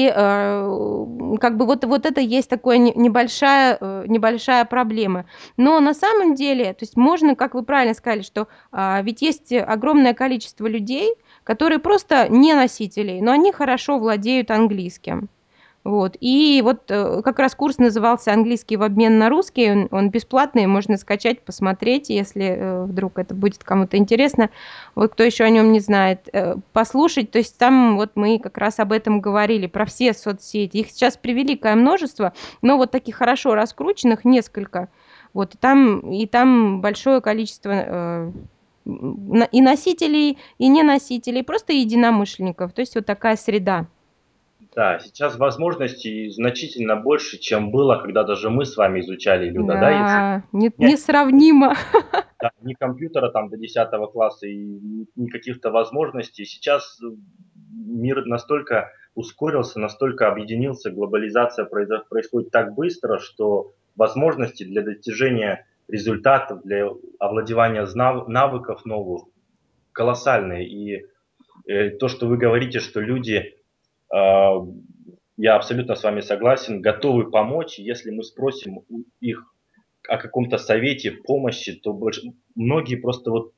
как бы вот это есть такое небольшая проблема. Но на самом деле, то есть можно, как вы правильно сказали, что ведь есть огромное количество людей, которые просто не носители, но они хорошо владеют английским. Вот. И вот как раз курс назывался «Английский в обмен на русский». Он бесплатный, можно скачать, посмотреть, если вдруг это будет кому-то интересно. Вот кто еще о нем не знает, послушать. То есть там вот мы как раз об этом говорили, про все соцсети. Их сейчас превеликое множество, но вот таких хорошо раскрученных несколько. Вот, и там большое количество и носителей, и не носителей, просто единомышленников. То есть вот такая среда. Да, сейчас возможностей значительно больше, чем было, когда даже мы с вами изучали Люда, да, язык. Да, У меня несравнимо. да, ни компьютера там до 10 класса и ни каких-то возможностей. Сейчас мир настолько ускорился, настолько объединился, глобализация происходит так быстро, что возможности для достижения результатов, для овладевания навыков новых колоссальные. И то, что вы говорите, что люди, э, я абсолютно с вами согласен, готовы помочь, если мы спросим у их о каком-то совете, помощи, то многие просто вот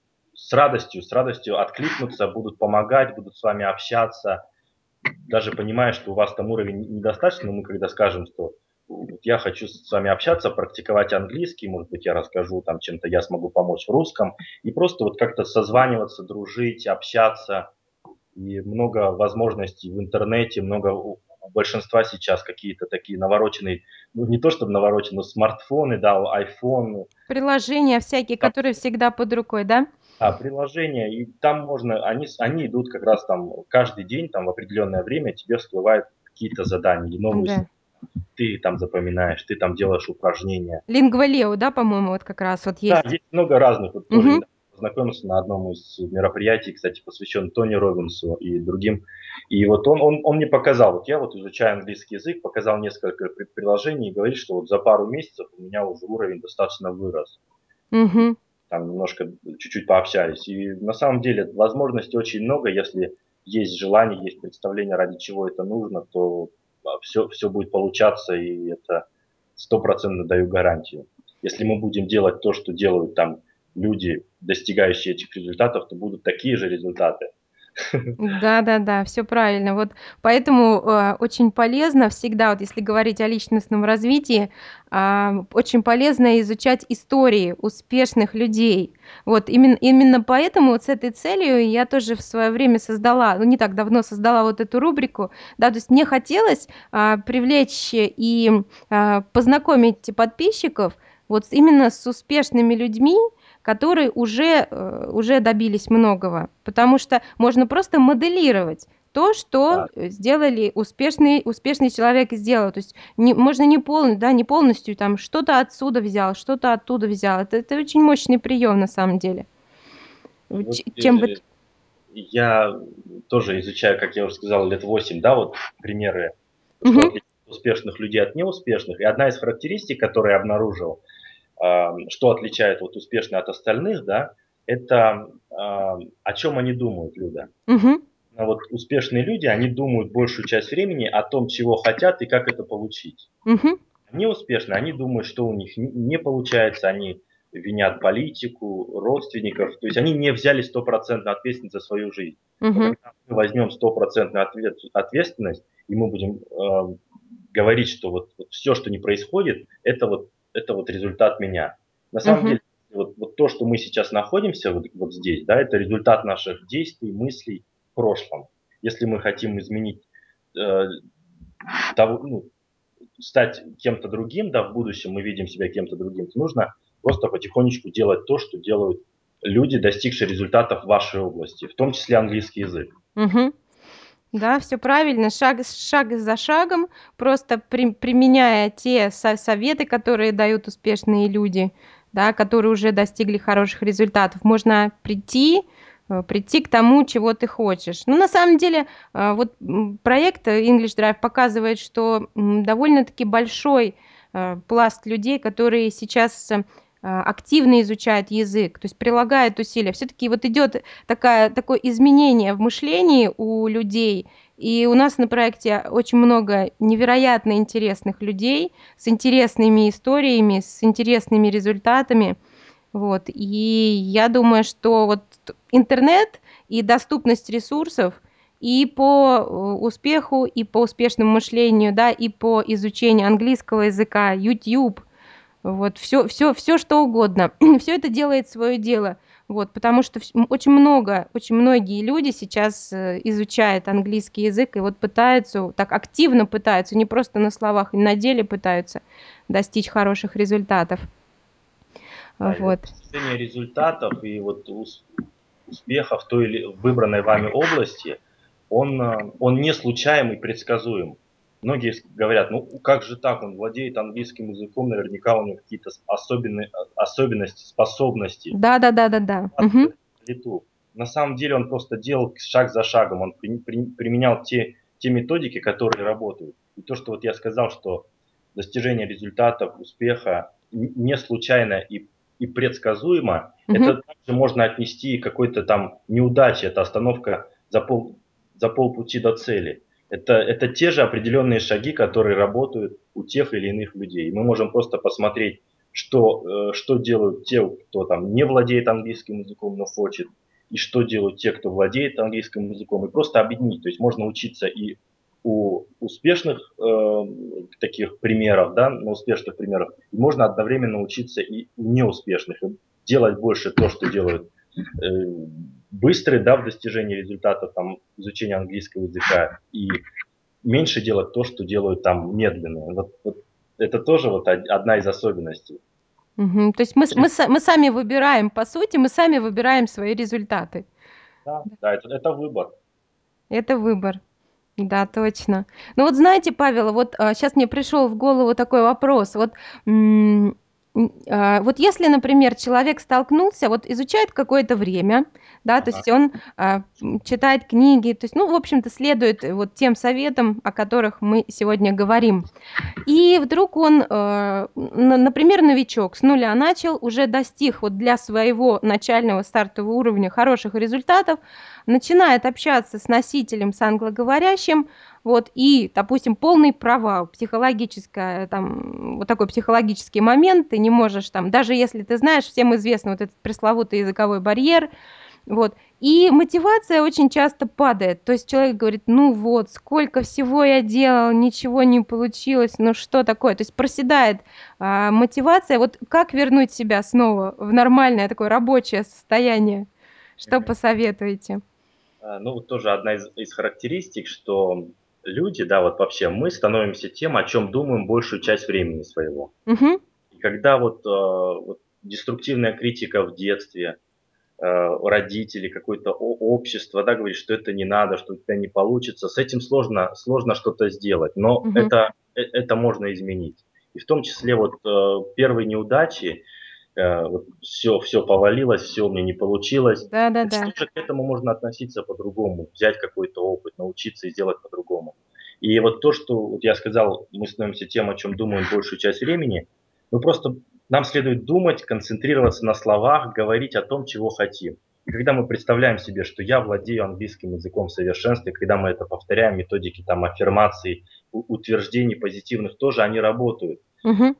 с радостью откликнутся, будут помогать, будут с вами общаться, даже понимая, что у вас там уровень недостаточно, мы когда скажем, что вот я хочу с вами общаться, практиковать английский, может быть, я расскажу там чем-то, я смогу помочь в русском, и просто вот как-то созваниваться, дружить, общаться, и много возможностей в интернете, много у большинства сейчас какие-то такие навороченные, ну не то чтобы навороченные, но смартфоны, да, iPhone, Приложения всякие, там, которые всегда под рукой, да? да, приложения, и там можно, они идут как раз там каждый день, там в определенное время тебе всплывают какие-то задания или новые Да. слова. Ты там запоминаешь, ты там делаешь упражнения. Лингвалео, да, по-моему, вот как раз вот Да, есть. есть много разных. Вот тоже Мгм. недавно познакомился на одном из мероприятий, кстати, посвящен Тони Робинсу и другим. И вот он мне показал, вот я вот изучаю английский язык, показал несколько приложений и говорит, что вот за пару месяцев у меня уже уровень достаточно вырос. Мгм. Там немножко чуть-чуть пообщались. И на самом деле возможностей очень много, если есть желание, есть представление, ради чего это нужно, то все будет получаться, и это стопроцентно даю гарантию. Если мы будем делать то, что делают там люди, достигающие этих результатов, то будут такие же результаты. Да-да-да, все правильно. Вот поэтому, очень полезно всегда, вот если говорить о личностном развитии, очень полезно изучать истории успешных людей. Вот именно поэтому вот с этой целью я тоже в свое время создала, ну, не так давно создала вот эту рубрику, да. То есть мне хотелось, привлечь и, познакомить подписчиков вот именно с успешными людьми, которые уже добились многого. Потому что можно просто моделировать то, что Да. сделали успешный человек сделал. То есть можно не полностью там что-то отсюда взял, что-то оттуда взял. Это очень мощный прием на самом деле. И вот Чем бы... я тоже изучаю, как я уже сказал, лет 8, да, вот примеры, что Мгм, отличает успешных людей от неуспешных. И одна из характеристик, которую я обнаружил, что отличает вот успешных от остальных, да, это о чем они думают, Люда. мгм, А вот успешные люди, они думают большую часть времени о том, чего хотят и как это получить. мгм, Неуспешные, они думают, что у них не получается, они винят политику, родственников, то есть они не взяли стопроцентную ответственность за свою жизнь. Но мгм, когда мы возьмем стопроцентную ответственность, и мы будем говорить, что вот все, что не происходит, это вот результат меня. На самом мгм, деле, вот то, что мы сейчас находимся вот здесь, да, это результат наших действий, мыслей в прошлом. Если мы хотим изменить э, того, ну, стать кем-то другим, да, в будущем мы видим себя кем-то другим, то нужно просто потихонечку делать то, что делают люди, достигшие результатов в вашей области, в том числе английский язык. мгм. Да, все правильно, шаг за шагом, просто применяя те советы, которые дают успешные люди, да, которые уже достигли хороших результатов, можно прийти к тому, чего ты хочешь. Ну, на самом деле, вот, проект English Drive показывает, что, довольно-таки большой, пласт людей, которые сейчас, активно изучают язык, то есть прилагают усилия. Все таки вот идет такое изменение в мышлении у людей. И у нас на проекте очень много невероятно интересных людей с интересными историями, с интересными результатами. Вот. И я думаю, что вот интернет и доступность ресурсов и по успеху, и по успешному мышлению, да, и по изучению английского языка, YouTube, вот, все что угодно. Все это делает свое дело. Вот, потому что очень многие люди сейчас изучают английский язык и вот пытаются, так активно пытаются, не просто на словах, и на деле пытаются достичь хороших результатов. Да, и вот Вот. достижение результатов и вот успеха в той или выбранной вами области, он не случайный и предсказуем. Многие говорят, ну как же так, он владеет английским языком, наверняка у него какие-то особенности, способности Да-да-да-да-да. Мгм. на лету. На самом деле он просто делал шаг за шагом, он применял те методики, которые работают. И то, что вот я сказал, что достижение результатов, успеха не случайно и предсказуемо, Мгм. это также можно отнести к какой-то там неудаче, это остановка за полпути до цели. Это те же определенные шаги, которые работают у тех или иных людей. Мы можем просто посмотреть, что делают те, кто там не владеет английским языком, но хочет, и что делают те, кто владеет английским языком, и просто объединить. То есть можно учиться и у успешных таких примеров, да, на успешных примерах, и можно одновременно учиться и у неуспешных, и делать больше то, что делают быстрые, да, в достижении результатов там, изучения английского языка, и меньше делать то, что делают там медленные. Вот это тоже вот одна из особенностей. Мгм. То есть мы сами выбираем, по сути, мы сами выбираем свои результаты. Да, да, это выбор. Это выбор. Да, точно. Ну вот знаете, Павел, вот сейчас мне пришел в голову такой вопрос. Вот, вот если, например, человек столкнулся, вот изучает какое-то время, да, то Ага. есть он читает книги, то есть, ну, в общем-то, следует вот тем советам, о которых мы сегодня говорим. И вдруг он, например, новичок, с нуля начал, уже достиг вот для своего начального стартового уровня хороших результатов, начинает общаться с носителем, с англоговорящим, вот, и, допустим, полный провал, психологическое, там, вот такой психологический момент, ты не можешь там, даже если ты знаешь, всем известно вот этот пресловутый языковой барьер, вот. И мотивация очень часто падает. То есть человек говорит: ну вот, сколько всего я делал, ничего не получилось, ну что такое? То есть проседает мотивация. Вот как вернуть себя снова в нормальное такое рабочее состояние? Что Мгм. посоветуете? Ну, вот тоже одна из характеристик, что люди, да, вот вообще мы становимся тем, о чем думаем большую часть времени своего. Мгм. И когда вот деструктивная критика в детстве, родители, какое-то общество, да, говорит, что это не надо, что у тебя не получится, с этим сложно что-то сделать, но Мгм. это можно изменить. И в том числе вот первые неудачи, вот все повалилось, все у меня не получилось. Это Да-да-да. тоже к этому можно относиться по-другому, взять какой-то опыт, научиться и сделать по-другому. И вот то, что вот я сказал, мы становимся тем, о чем думаем большую часть времени, мы просто нам следует думать, концентрироваться на словах, говорить о том, чего хотим. И когда мы представляем себе, что я владею английским языком в совершенстве, когда мы это повторяем, методики там аффирмаций, утверждений позитивных тоже, они работают. Мгм.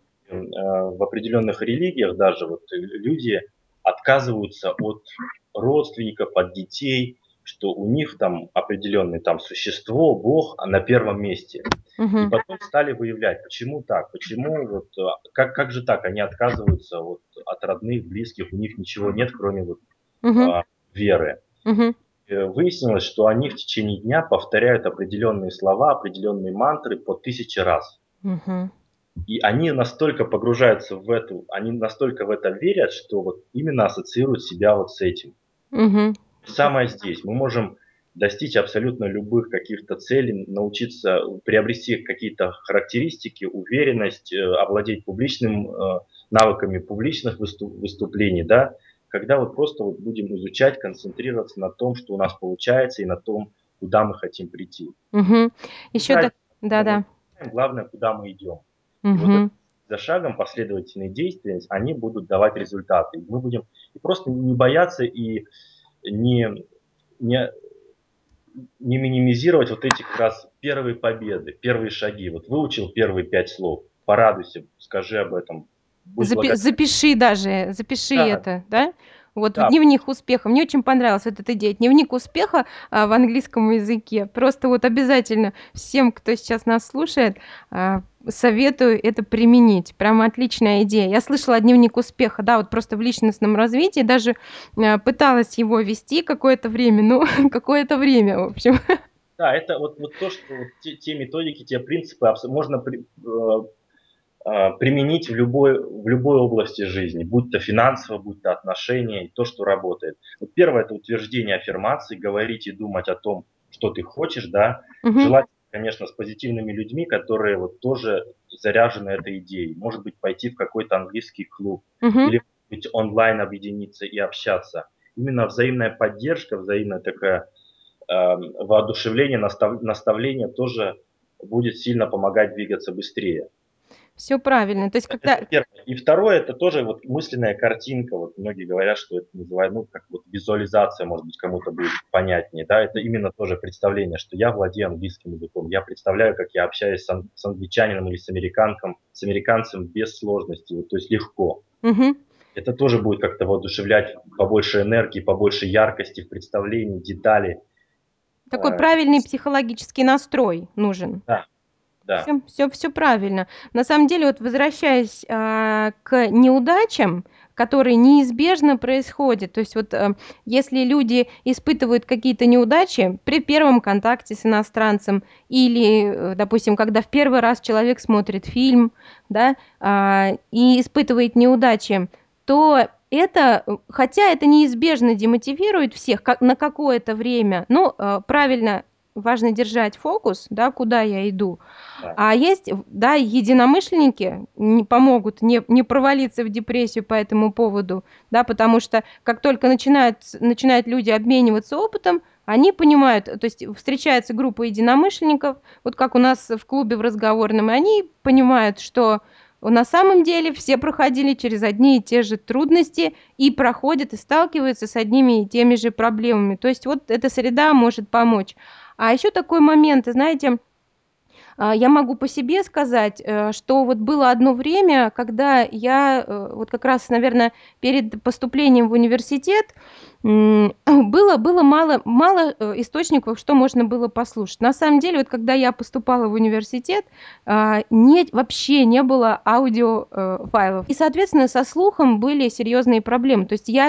В определенных религиях даже вот люди отказываются от родственников, от детей, что у них там определенное там существо, Бог на первом месте. И Мгм. потом стали выявлять, почему так, почему вот, как же так, они отказываются вот от родных, близких, у них ничего нет, кроме вот Мгм. веры. Мгм. Выяснилось, что они в течение дня повторяют определенные слова, определенные мантры по 1000 раз. Мгм. И они настолько погружаются в эту, они настолько в это верят, что вот именно ассоциируют себя вот с этим. Мгм. Самое здесь. Мы можем достичь абсолютно любых каких-то целей, научиться приобрести какие-то характеристики, уверенность, овладеть публичным навыками публичных выступлений, да, когда вот просто вот будем изучать, концентрироваться на том, что у нас получается и на том, куда мы хотим прийти. Мгм. Без Еще так. разницы, откуда мы Да-да. начинаем, главное, куда мы идем. И вот это Мгм. за шагом последовательные действия, они будут давать результаты. И мы будем и просто не бояться и не, не, не минимизировать вот эти как раз первые победы, первые шаги. Вот выучил первые 5 слов, порадуйся, скажи об этом, будь благодарен. Запиши даже, запиши Да, это, да? Вот в да, дневник успеха. Мне очень понравилась вот эта идея. Дневник успеха в английском языке. Просто вот обязательно всем, кто сейчас нас слушает, советую это применить. Прям отличная идея. Я слышала дневник успеха, да, вот просто в личностном развитии. Даже пыталась его вести какое-то время, ну, какое-то время, в общем. да, это вот то, что вот те методики, те принципы можно применить в любой области жизни, будь то финансово, будь то отношения, и то, что работает. Вот первое – это утверждение аффирмаций, говорить и думать о том, что ты хочешь, да. Мгм. Желательно, конечно, с позитивными людьми, которые вот тоже заряжены этой идеей. Может быть, пойти в какой-то английский клуб Мгм. или быть онлайн объединиться и общаться. Именно взаимная поддержка, взаимная такая воодушевление, наставление тоже будет сильно помогать двигаться быстрее. Всё правильно. То есть Это когда первое. И второе, это тоже вот мысленная картинка. Вот многие говорят, что это называют, ну, как вот визуализация, может быть, кому-то будет понятнее, да. Это именно тоже представление, что я владею английским языком. Я представляю, как я общаюсь с англичанином или с американцем без сложностей, вот, то есть легко. Мгм. Это тоже будет как-то воодушевлять, побольше энергии, побольше яркости в представлении, детали. Такой Э, правильный психологический настрой нужен. Да, да, Все правильно. На самом деле, вот возвращаясь, к неудачам, которые неизбежно происходят, то есть вот, если люди испытывают какие-то неудачи при первом контакте с иностранцем или, допустим, когда в первый раз человек смотрит фильм, да, и испытывает неудачи, то это, хотя это неизбежно демотивирует всех на какое-то время, но, правильно, важно держать фокус, да, куда я иду. да, А есть, да, единомышленники, не помогут не провалиться в депрессию по этому поводу, да, потому что как только начинают люди обмениваться опытом, они понимают, то есть встречается группа единомышленников, вот как у нас в клубе в разговорном, и они понимают, что на самом деле все проходили через одни и те же трудности и проходят, и сталкиваются с одними и теми же проблемами. То есть вот эта среда может помочь. А еще такой момент, знаете, я могу по себе сказать, что вот было одно время, когда я, вот как раз, наверное, перед поступлением в университет, было мало, источников, что можно было послушать. На самом деле, вот когда я поступала в университет, вообще не было аудио, файлов. И, соответственно, со слухом были серьезные проблемы. То есть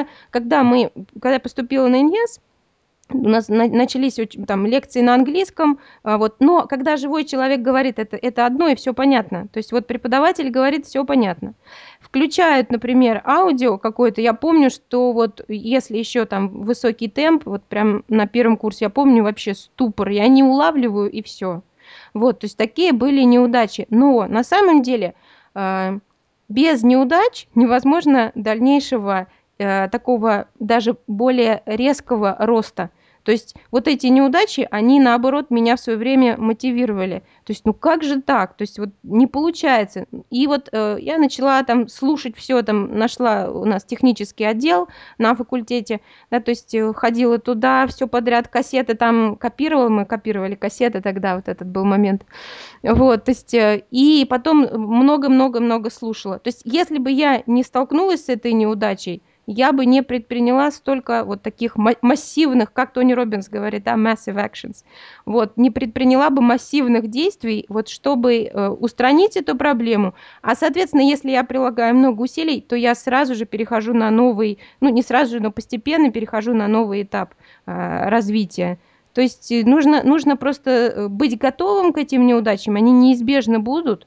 когда я поступила на ИНЕС, у нас начались там лекции на английском, вот, но когда живой человек говорит, это одно и все понятно. То есть вот преподаватель говорит, все понятно. Включают, например, аудио какое-то. Я помню, что вот если еще там высокий темп, вот прям на первом курсе, я помню вообще ступор, я не улавливаю и все. Вот, то есть такие были неудачи. Но на самом деле а, без неудач невозможно дальнейшего такого даже более резкого роста. То есть вот эти неудачи, они, наоборот, меня в свое время мотивировали. То есть, ну как же так? То есть вот не получается. И вот я начала там слушать все, там нашла у нас технический отдел на факультете, да, то есть ходила туда, все подряд, кассеты там копировала, мы копировали кассеты тогда, вот этот был момент. Вот, то есть, и потом много-много-много слушала. То есть, если бы я не столкнулась с этой неудачей, я бы не предприняла столько вот таких массивных, как Тони Роббинс говорит, да, massive actions. Вот, не предприняла бы массивных действий, вот, чтобы устранить эту проблему. А, соответственно, если я прилагаю много усилий, то я сразу же перехожу на новый, ну, не сразу же, но постепенно перехожу на новый этап развития. То есть нужно просто быть готовым к этим неудачам, они неизбежно будут,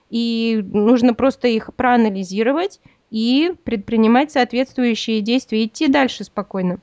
и нужно просто их проанализировать и предпринимать соответствующие действия, идти дальше спокойно.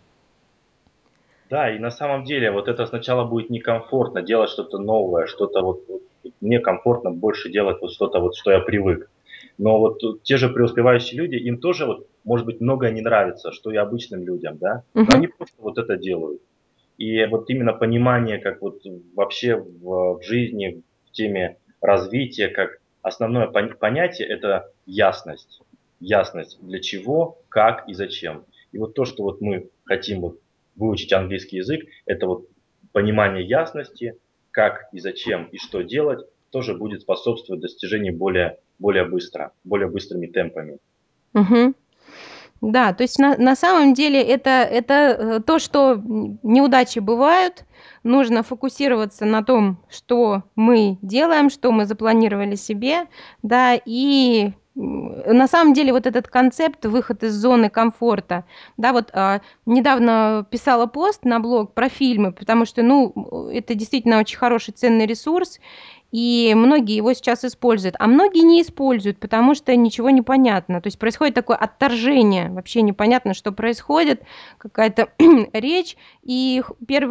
да, и на самом деле вот это сначала будет некомфортно делать что-то новое, что-то вот мне комфортно больше делать вот что-то вот, что я привык. Но вот те же преуспевающие люди, им тоже вот, может быть, многое не нравится, что и обычным людям, да, но Мгм. они просто вот это делают. И вот именно понимание, как вот вообще в жизни, в теме развития, как основное понятие – это ясность. Ясность для чего, как и зачем. И вот то, что вот мы хотим вот выучить английский язык, это вот понимание ясности, как и зачем и что делать, тоже будет способствовать достижению более быстро, более быстрыми темпами. Мгм. Да, то есть на самом деле это то, что неудачи бывают, нужно фокусироваться на том, что мы делаем, что мы запланировали себе, да, и на самом деле вот этот концепт выход из зоны комфорта, да, вот недавно писала пост на блог про фильмы, потому что, ну, это действительно очень хороший ценный ресурс, и многие его сейчас используют, а многие не используют, потому что ничего не понятно. То есть происходит такое отторжение, вообще непонятно, что происходит, какая-то речь, и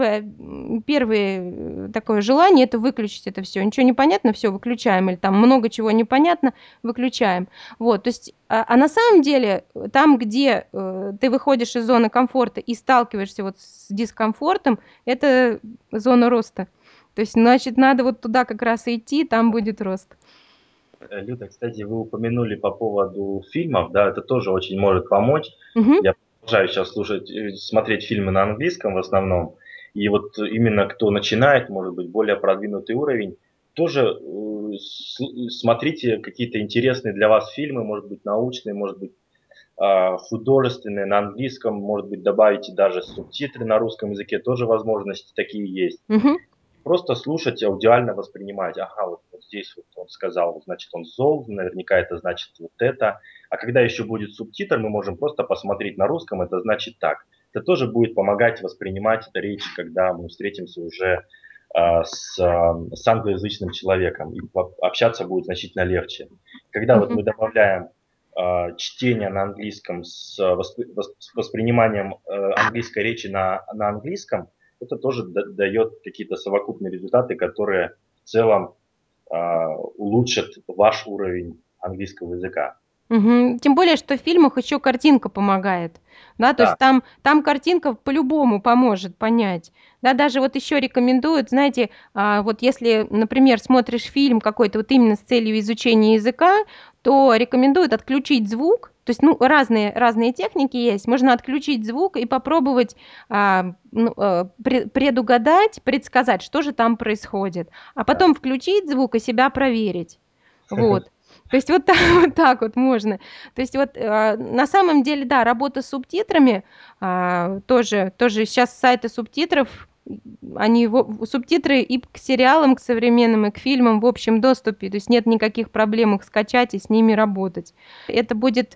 первое такое желание – это выключить это все. Ничего не понятно, все, выключаем, или там много чего непонятно, выключаем. Вот, то есть, а на самом деле, там, где ты выходишь из зоны комфорта и сталкиваешься вот с дискомфортом, это зона роста. То есть, значит, надо вот туда как раз и идти, там будет рост. Люда, кстати, вы упомянули по поводу фильмов, да, это тоже очень может помочь. Мгм, Я продолжаю сейчас смотреть фильмы на английском в основном. И вот именно кто начинает, может быть, более продвинутый уровень, тоже смотрите какие-то интересные для вас фильмы, может быть, научные, может быть, художественные на английском, может быть, добавите даже субтитры на русском языке, тоже возможности такие есть. мгм, Просто слушать, аудиально воспринимать. Ага, вот здесь вот он сказал, вот значит он зол, наверняка это значит вот это. А когда еще будет субтитр, мы можем просто посмотреть на русском, это значит так. Это тоже будет помогать воспринимать эту речь, когда мы встретимся уже с англоязычным человеком. И общаться будет значительно легче. Когда вот мгм, мы добавляем чтение на английском с восприниманием английской речи на английском, это тоже дает какие-то совокупные результаты, которые в целом улучшат ваш уровень английского языка. мгм. Тем более, что в фильмах еще картинка помогает, да, то есть Да, там картинка по-любому поможет понять. Да, даже вот еще рекомендуют, знаете, вот если, например, смотришь фильм какой-то вот именно с целью изучения языка, то рекомендуют отключить звук. То есть, ну, разные техники есть. Можно отключить звук и попробовать предугадать, предсказать, что же там происходит, а да. потом включить звук и себя проверить. Вот. То есть вот так, вот так вот можно. То есть вот на самом деле, да, работа с субтитрами тоже сейчас сайты субтитров, субтитры и к сериалам, к современным, и к фильмам в общем доступе. То есть нет никаких проблем их скачать и с ними работать. Это будет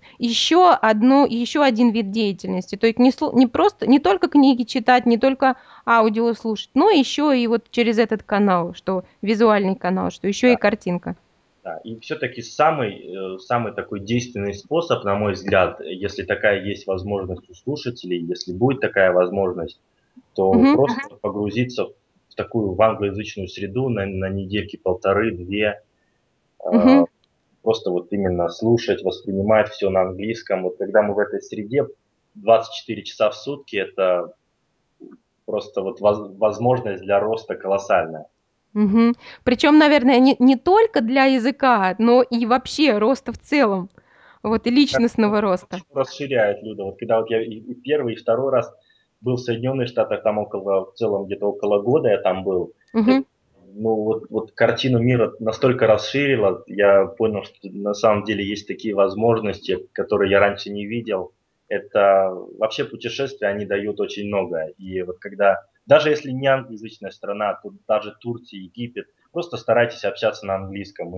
еще один вид деятельности. То есть не просто, не только книги читать, не только аудио слушать, но еще и вот через этот канал, что визуальный канал, что еще и Да. картинка. Да, и все-таки самый такой действенный способ, на мой взгляд, если такая есть возможность у слушателей, если будет такая возможность, то Мгм. просто погрузиться в такую в англоязычную среду на недельки полторы-две, Мгм. просто вот именно слушать, воспринимать все на английском. Вот когда мы в этой среде 24 часа в сутки, это просто вот возможность для роста колоссальная. Мгм. Причем, наверное, не только для языка, но и вообще роста в целом. Вот, и личностного роста. Расширяет, Люда. Вот когда вот я и первый, и второй раз был в Соединенных Штатах, там в целом где-то около года я там был. Мгм. Это, ну вот картину мира настолько расширила, я понял, что на самом деле есть такие возможности, которые я раньше не видел. Это вообще путешествия, они дают очень много. И вот когда, даже если не англоязычная страна, то даже Турция, Египет, просто старайтесь общаться на английском. И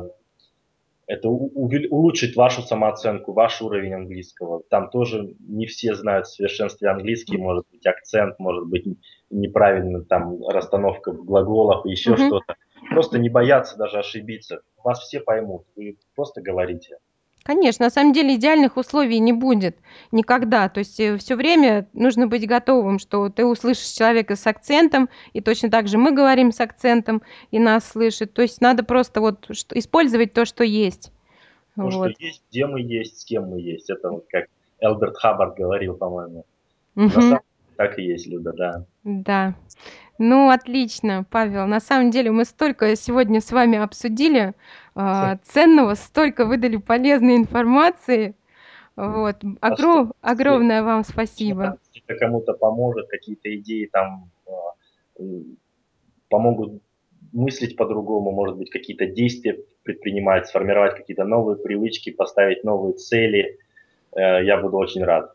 это улучшит вашу самооценку, ваш уровень английского. Там тоже не все знают в совершенстве английский, может быть акцент, может быть неправильно там расстановка глаголов и еще Мгм. что-то. Просто не бояться даже ошибиться. Вас все поймут, вы просто говорите. Конечно, на самом деле идеальных условий не будет никогда. То есть все время нужно быть готовым, что ты услышишь человека с акцентом, и точно так же мы говорим с акцентом, и нас слышит. То есть надо просто вот использовать то, что есть. То, что Вот. есть, где мы есть, с кем мы есть. Это вот как Элберт Хаббард говорил, по-моему. На Мгм. самом деле так и есть, Люда, да. Да. Ну, отлично, Павел. На самом деле мы столько сегодня с вами обсудили ценного, столько выдали полезной информации. Вот. А что, если Огромное вам спасибо. если это кому-то поможет, какие-то идеи там м, помогут мыслить по-другому, может быть, какие-то действия предпринимать, сформировать какие-то новые привычки, поставить новые цели. Я буду очень рад.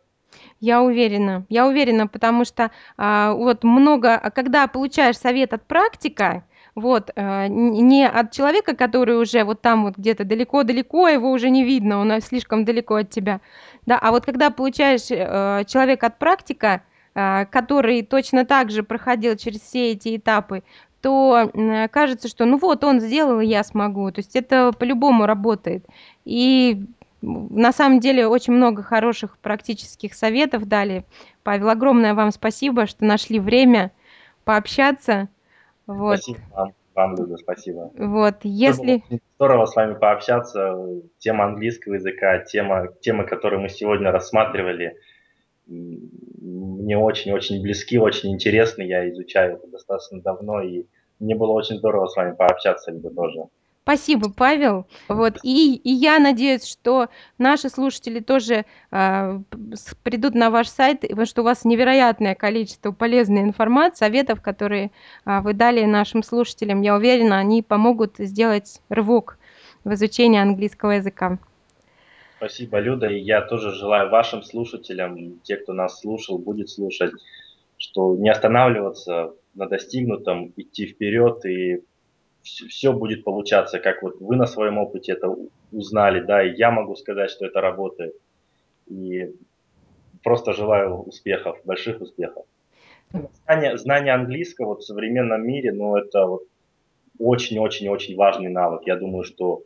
Я уверена, потому что вот когда получаешь совет от практика, вот, не от человека, который уже вот там вот где-то далеко-далеко, его уже не видно, он слишком далеко от тебя, да, а вот когда получаешь человека от практика, который точно так же проходил через все эти этапы, то кажется, что ну вот он сделал, и я смогу. То есть это по-любому работает. И на самом деле очень много хороших практических советов дали. Павел, огромное вам спасибо, что нашли время пообщаться. Вот. Спасибо вам, Люда, спасибо. Вот, Тоже было если... очень здорово с вами пообщаться. Тема английского языка, темы, которые мы сегодня рассматривали, мне очень-очень близки, очень интересны. Я изучаю это достаточно давно, и мне было очень здорово с вами пообщаться, Люда, тоже. Спасибо, Павел. Вот. И я надеюсь, что наши слушатели тоже придут на ваш сайт, потому что у вас невероятное количество полезной информации, советов, которые вы дали нашим слушателям. Я уверена, они помогут сделать рывок в изучении английского языка. Спасибо, Люда, и я тоже желаю вашим слушателям, те, кто нас слушал, будет слушать, что не останавливаться на достигнутом, идти вперед, и все будет получаться, как вот вы на своем опыте это узнали, да, и я могу сказать, что это работает. И просто желаю успехов, больших успехов. Знание английского вот в современном мире, ну, это вот очень-очень-очень важный навык. Я думаю, что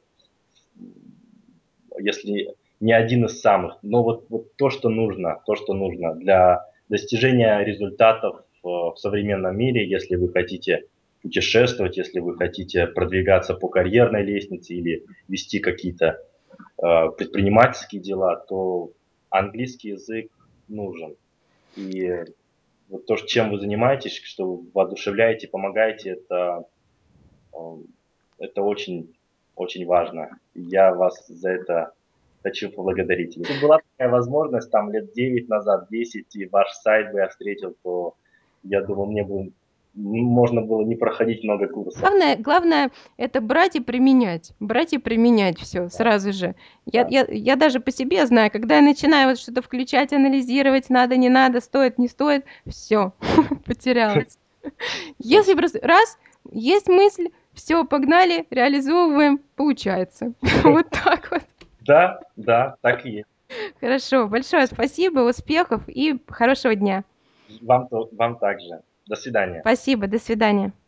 если не один из самых, но вот то, что нужно для достижения результатов в современном мире, если вы хотите путешествовать, если вы хотите продвигаться по карьерной лестнице или вести какие-то предпринимательские дела, то английский язык нужен. И вот то, чем вы занимаетесь, что вы воодушевляете, помогаете, э, это очень, очень важно. Я вас за это хочу поблагодарить. Если была такая возможность, там лет 9 назад, 10, и ваш сайт бы я встретил, то я думаю, мне бы можно было не проходить много курсов. Главное это брать и применять все Да, сразу же. Я, да. я, я даже по себе знаю, когда я начинаю вот что-то включать, анализировать, надо, не надо, стоит, не стоит, все, потерялась. Если просто раз, есть мысль, все, погнали, реализовываем, получается. Вот так вот. Да, да, так и есть. Хорошо, большое спасибо, успехов и хорошего дня. Вам также. До свидания. Спасибо, до свидания.